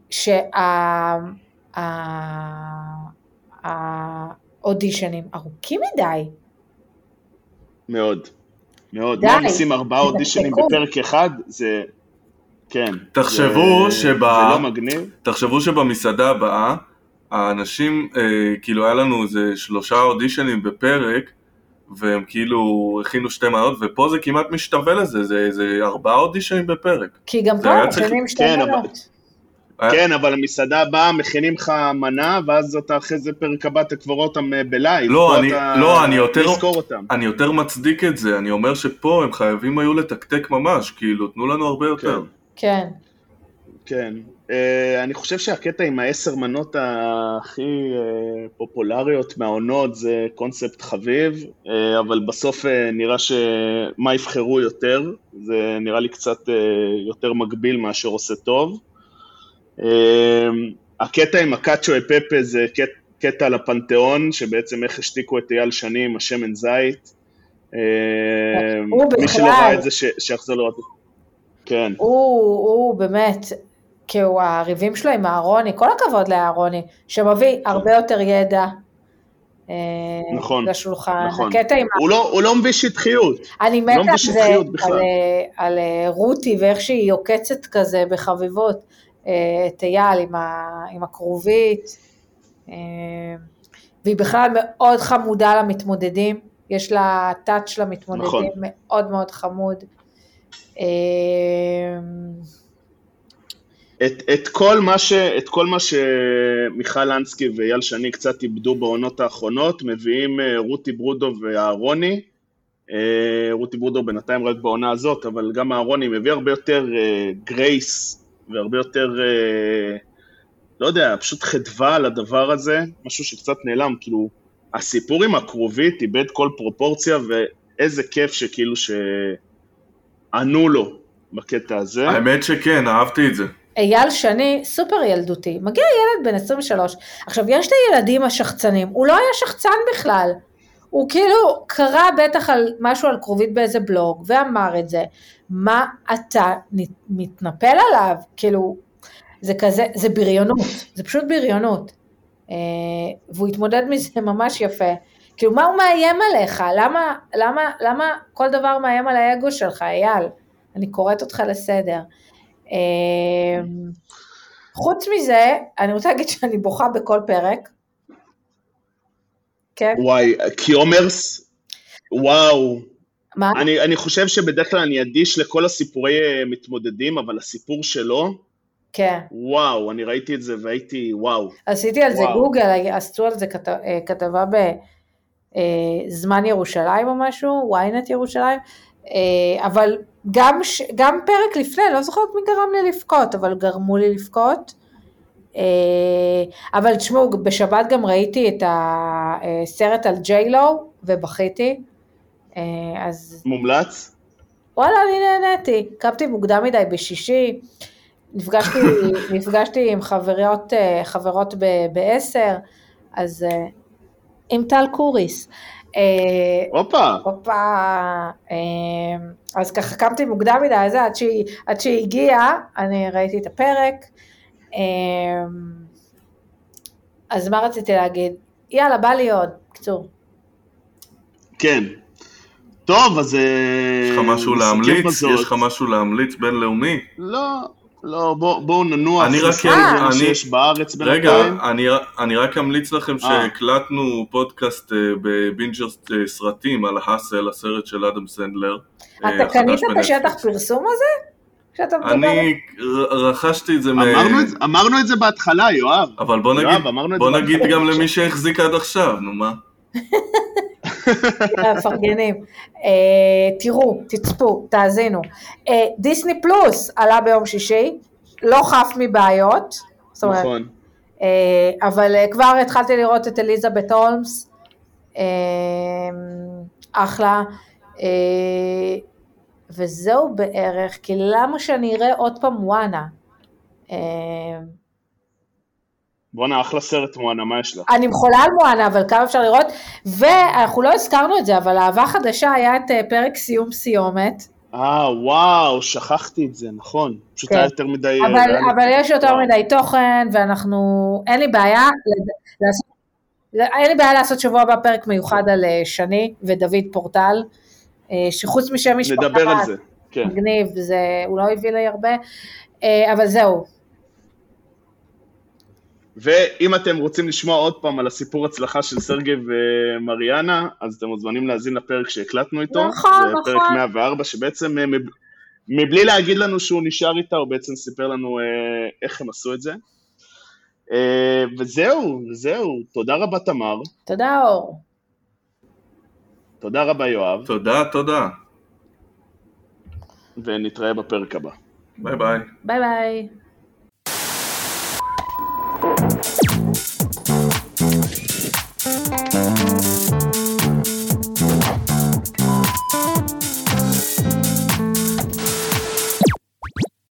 שהאודישנים ארוכים מדי. מאוד, מאוד. מה עושים ארבעה אודישנים בפרק אחד? זה... כן. תחשבו זה, שבה, זה לא מגניב. תחשבו שבמסעדה הבאה, האנשים, אה, כאילו היה לנו איזה שלושה אודישנים בפרק, והם כאילו הכינו שתי מנות, ופה זה כמעט משתווה לזה, זה, זה ארבעה אודישנים בפרק. כי גם פה מכינים שתי כן, מנות. אבל, כן, אבל המסעדה הבאה מכינים לך מנה, ואז אתה אחרי זה פרק הבא תקבור אותם בלייב. לא, אני, לא, אני יותר, אותם. אני יותר מצדיק את זה, אני אומר שפה הם חייבים היו לתקתק ממש, כאילו, תנו לנו הרבה יותר. כן. כן. כן. Uh, אני חושב שהקטע עם העשר מנות הכי uh, פופולריות מהעונות זה קונספט חביב, uh, אבל בסוף uh, נראה שמה יבחרו יותר, זה נראה לי קצת uh, יותר מגביל מאשר עושה טוב. Uh, הקטע עם הקאצ'ו אפפה זה קטע, קטע לפנתיאון, שבעצם איך השתיקו את אייל שני עם השמן זית. Uh, מי שלא ראה את זה ש, שיחזור לראות את זה. כן. הוא, הוא באמת, כאילו הריבים שלו עם הארוני, כל הכבוד לארוני, שמביא הרבה יותר ידע נכון, לשולחן. נכון. עם... הוא, לא, הוא לא מביא שטחיות. אני מתה על זה, על, על רותי ואיך שהיא יוקצת כזה בחביבות, את אייל עם, ה, עם הקרובית, והיא בכלל מאוד חמודה למתמודדים, יש לה טאץ' למתמודדים, נכון. מאוד מאוד חמוד. את, את, כל מה ש, את כל מה שמיכל אנסקי ואייל שני קצת איבדו בעונות האחרונות, מביאים רותי ברודו והארוני, רותי ברודו בינתיים רק בעונה הזאת, אבל גם הארוני מביא הרבה יותר גרייס, והרבה יותר, לא יודע, פשוט חדווה על הדבר הזה, משהו שקצת נעלם, כאילו, הסיפור עם הקרובית איבד כל פרופורציה, ואיזה כיף שכאילו ש... ענו לו בקטע הזה. האמת שכן, אהבתי את זה. אייל שני, סופר ילדותי, מגיע ילד בן עשרים ושלוש, עכשיו יש את הילדים השחצנים, הוא לא היה שחצן בכלל, הוא כאילו קרא בטח על משהו על קרובית באיזה בלוג, ואמר את זה, מה אתה מתנפל עליו, כאילו, זה כזה, זה בריונות, זה פשוט בריונות, והוא התמודד מזה ממש יפה, כאילו מה הוא מאיים עליך, למה, למה, למה כל דבר מאיים על האגו שלך, אייל, אני קוראת אותך לסדר, חוץ מזה, אני רוצה להגיד שאני בוכה בכל פרק, כן? וואי, קיומרס, וואו, מה? אני, אני חושב שבדרך כלל אני אדיש לכל הסיפורי מתמודדים, אבל הסיפור שלו, כן. וואו, אני ראיתי את זה והייתי וואו. עשיתי על זה וואו. גוגל, עשו על זה כת, כתבה בזמן ירושלים או משהו, וויינט ירושלים, אבל גם, גם פרק לפני, לא זוכרת מי גרם לי לבכות, אבל גרמו לי לבכות, אבל תשמעו, בשבת גם ראיתי את הסרט על ג'יילו ובכיתי, אז... מומלץ? וואלה, אני נהניתי. קמתי מוקדם מדי בשישי, נפגשתי, נפגשתי עם חברות, חברות בעשר, אז עם טל קוריס. הופה. הופה. אז ככה קמתי מוקדם מדי, אז עד שהיא, עד שהיא הגיעה, אני ראיתי את הפרק. אז מה רציתי להגיד? יאללה, בא לי עוד, קצור. כן. טוב, אז... יש לך משהו להמליץ? יש לך משהו להמליץ בינלאומי? לא, לא, בואו ננוע. אני רק... שיש בארץ בינתיים. רגע, אני רק אמליץ לכם שהקלטנו פודקאסט בבינג'ר סרטים על האסל, הסרט של אדם סנדלר. אתה קנית את השטח פרסום הזה? אני רכשתי את זה... אמרנו את זה בהתחלה, יואב. אבל בוא נגיד גם למי שהחזיק עד עכשיו, נו מה? פרגנים. תראו, תצפו, תאזינו. דיסני פלוס עלה ביום שישי, לא חף מבעיות. נכון. אבל כבר התחלתי לראות את אליזבת הולמס, אחלה. וזהו בערך, כי למה שאני אראה עוד פעם וואנה? בואנה, אחלה סרט מואנה, מה יש לך? אני מחולה על מואנה, אבל כמה אפשר לראות, ואנחנו לא הזכרנו את זה, אבל אהבה חדשה היה את פרק סיום סיומת. אה, וואו, שכחתי את זה, נכון. פשוט היה יותר מדי... אבל, אבל יש יותר מדי תוכן, ואנחנו, אין לי בעיה, אין לי בעיה לעשות שבוע הבא פרק מיוחד על שני ודוד פורטל, שחוץ משם משפחה, נדבר על זה, כן. מגניב, זה, הוא לא הביא לי הרבה, אבל זהו. ואם אתם רוצים לשמוע עוד פעם על הסיפור הצלחה של סרגי ומריאנה, אז אתם מוזמנים להזין לפרק שהקלטנו איתו. נכון, זה נכון. זה פרק מאה וארבע, שבעצם מבלי להגיד לנו שהוא נשאר איתה, הוא בעצם סיפר לנו איך הם עשו את זה. וזהו, זהו. תודה רבה תמר. תודה אור. תודה רבה יואב. תודה, תודה. ונתראה בפרק הבא. ביי ביי. ביי ביי.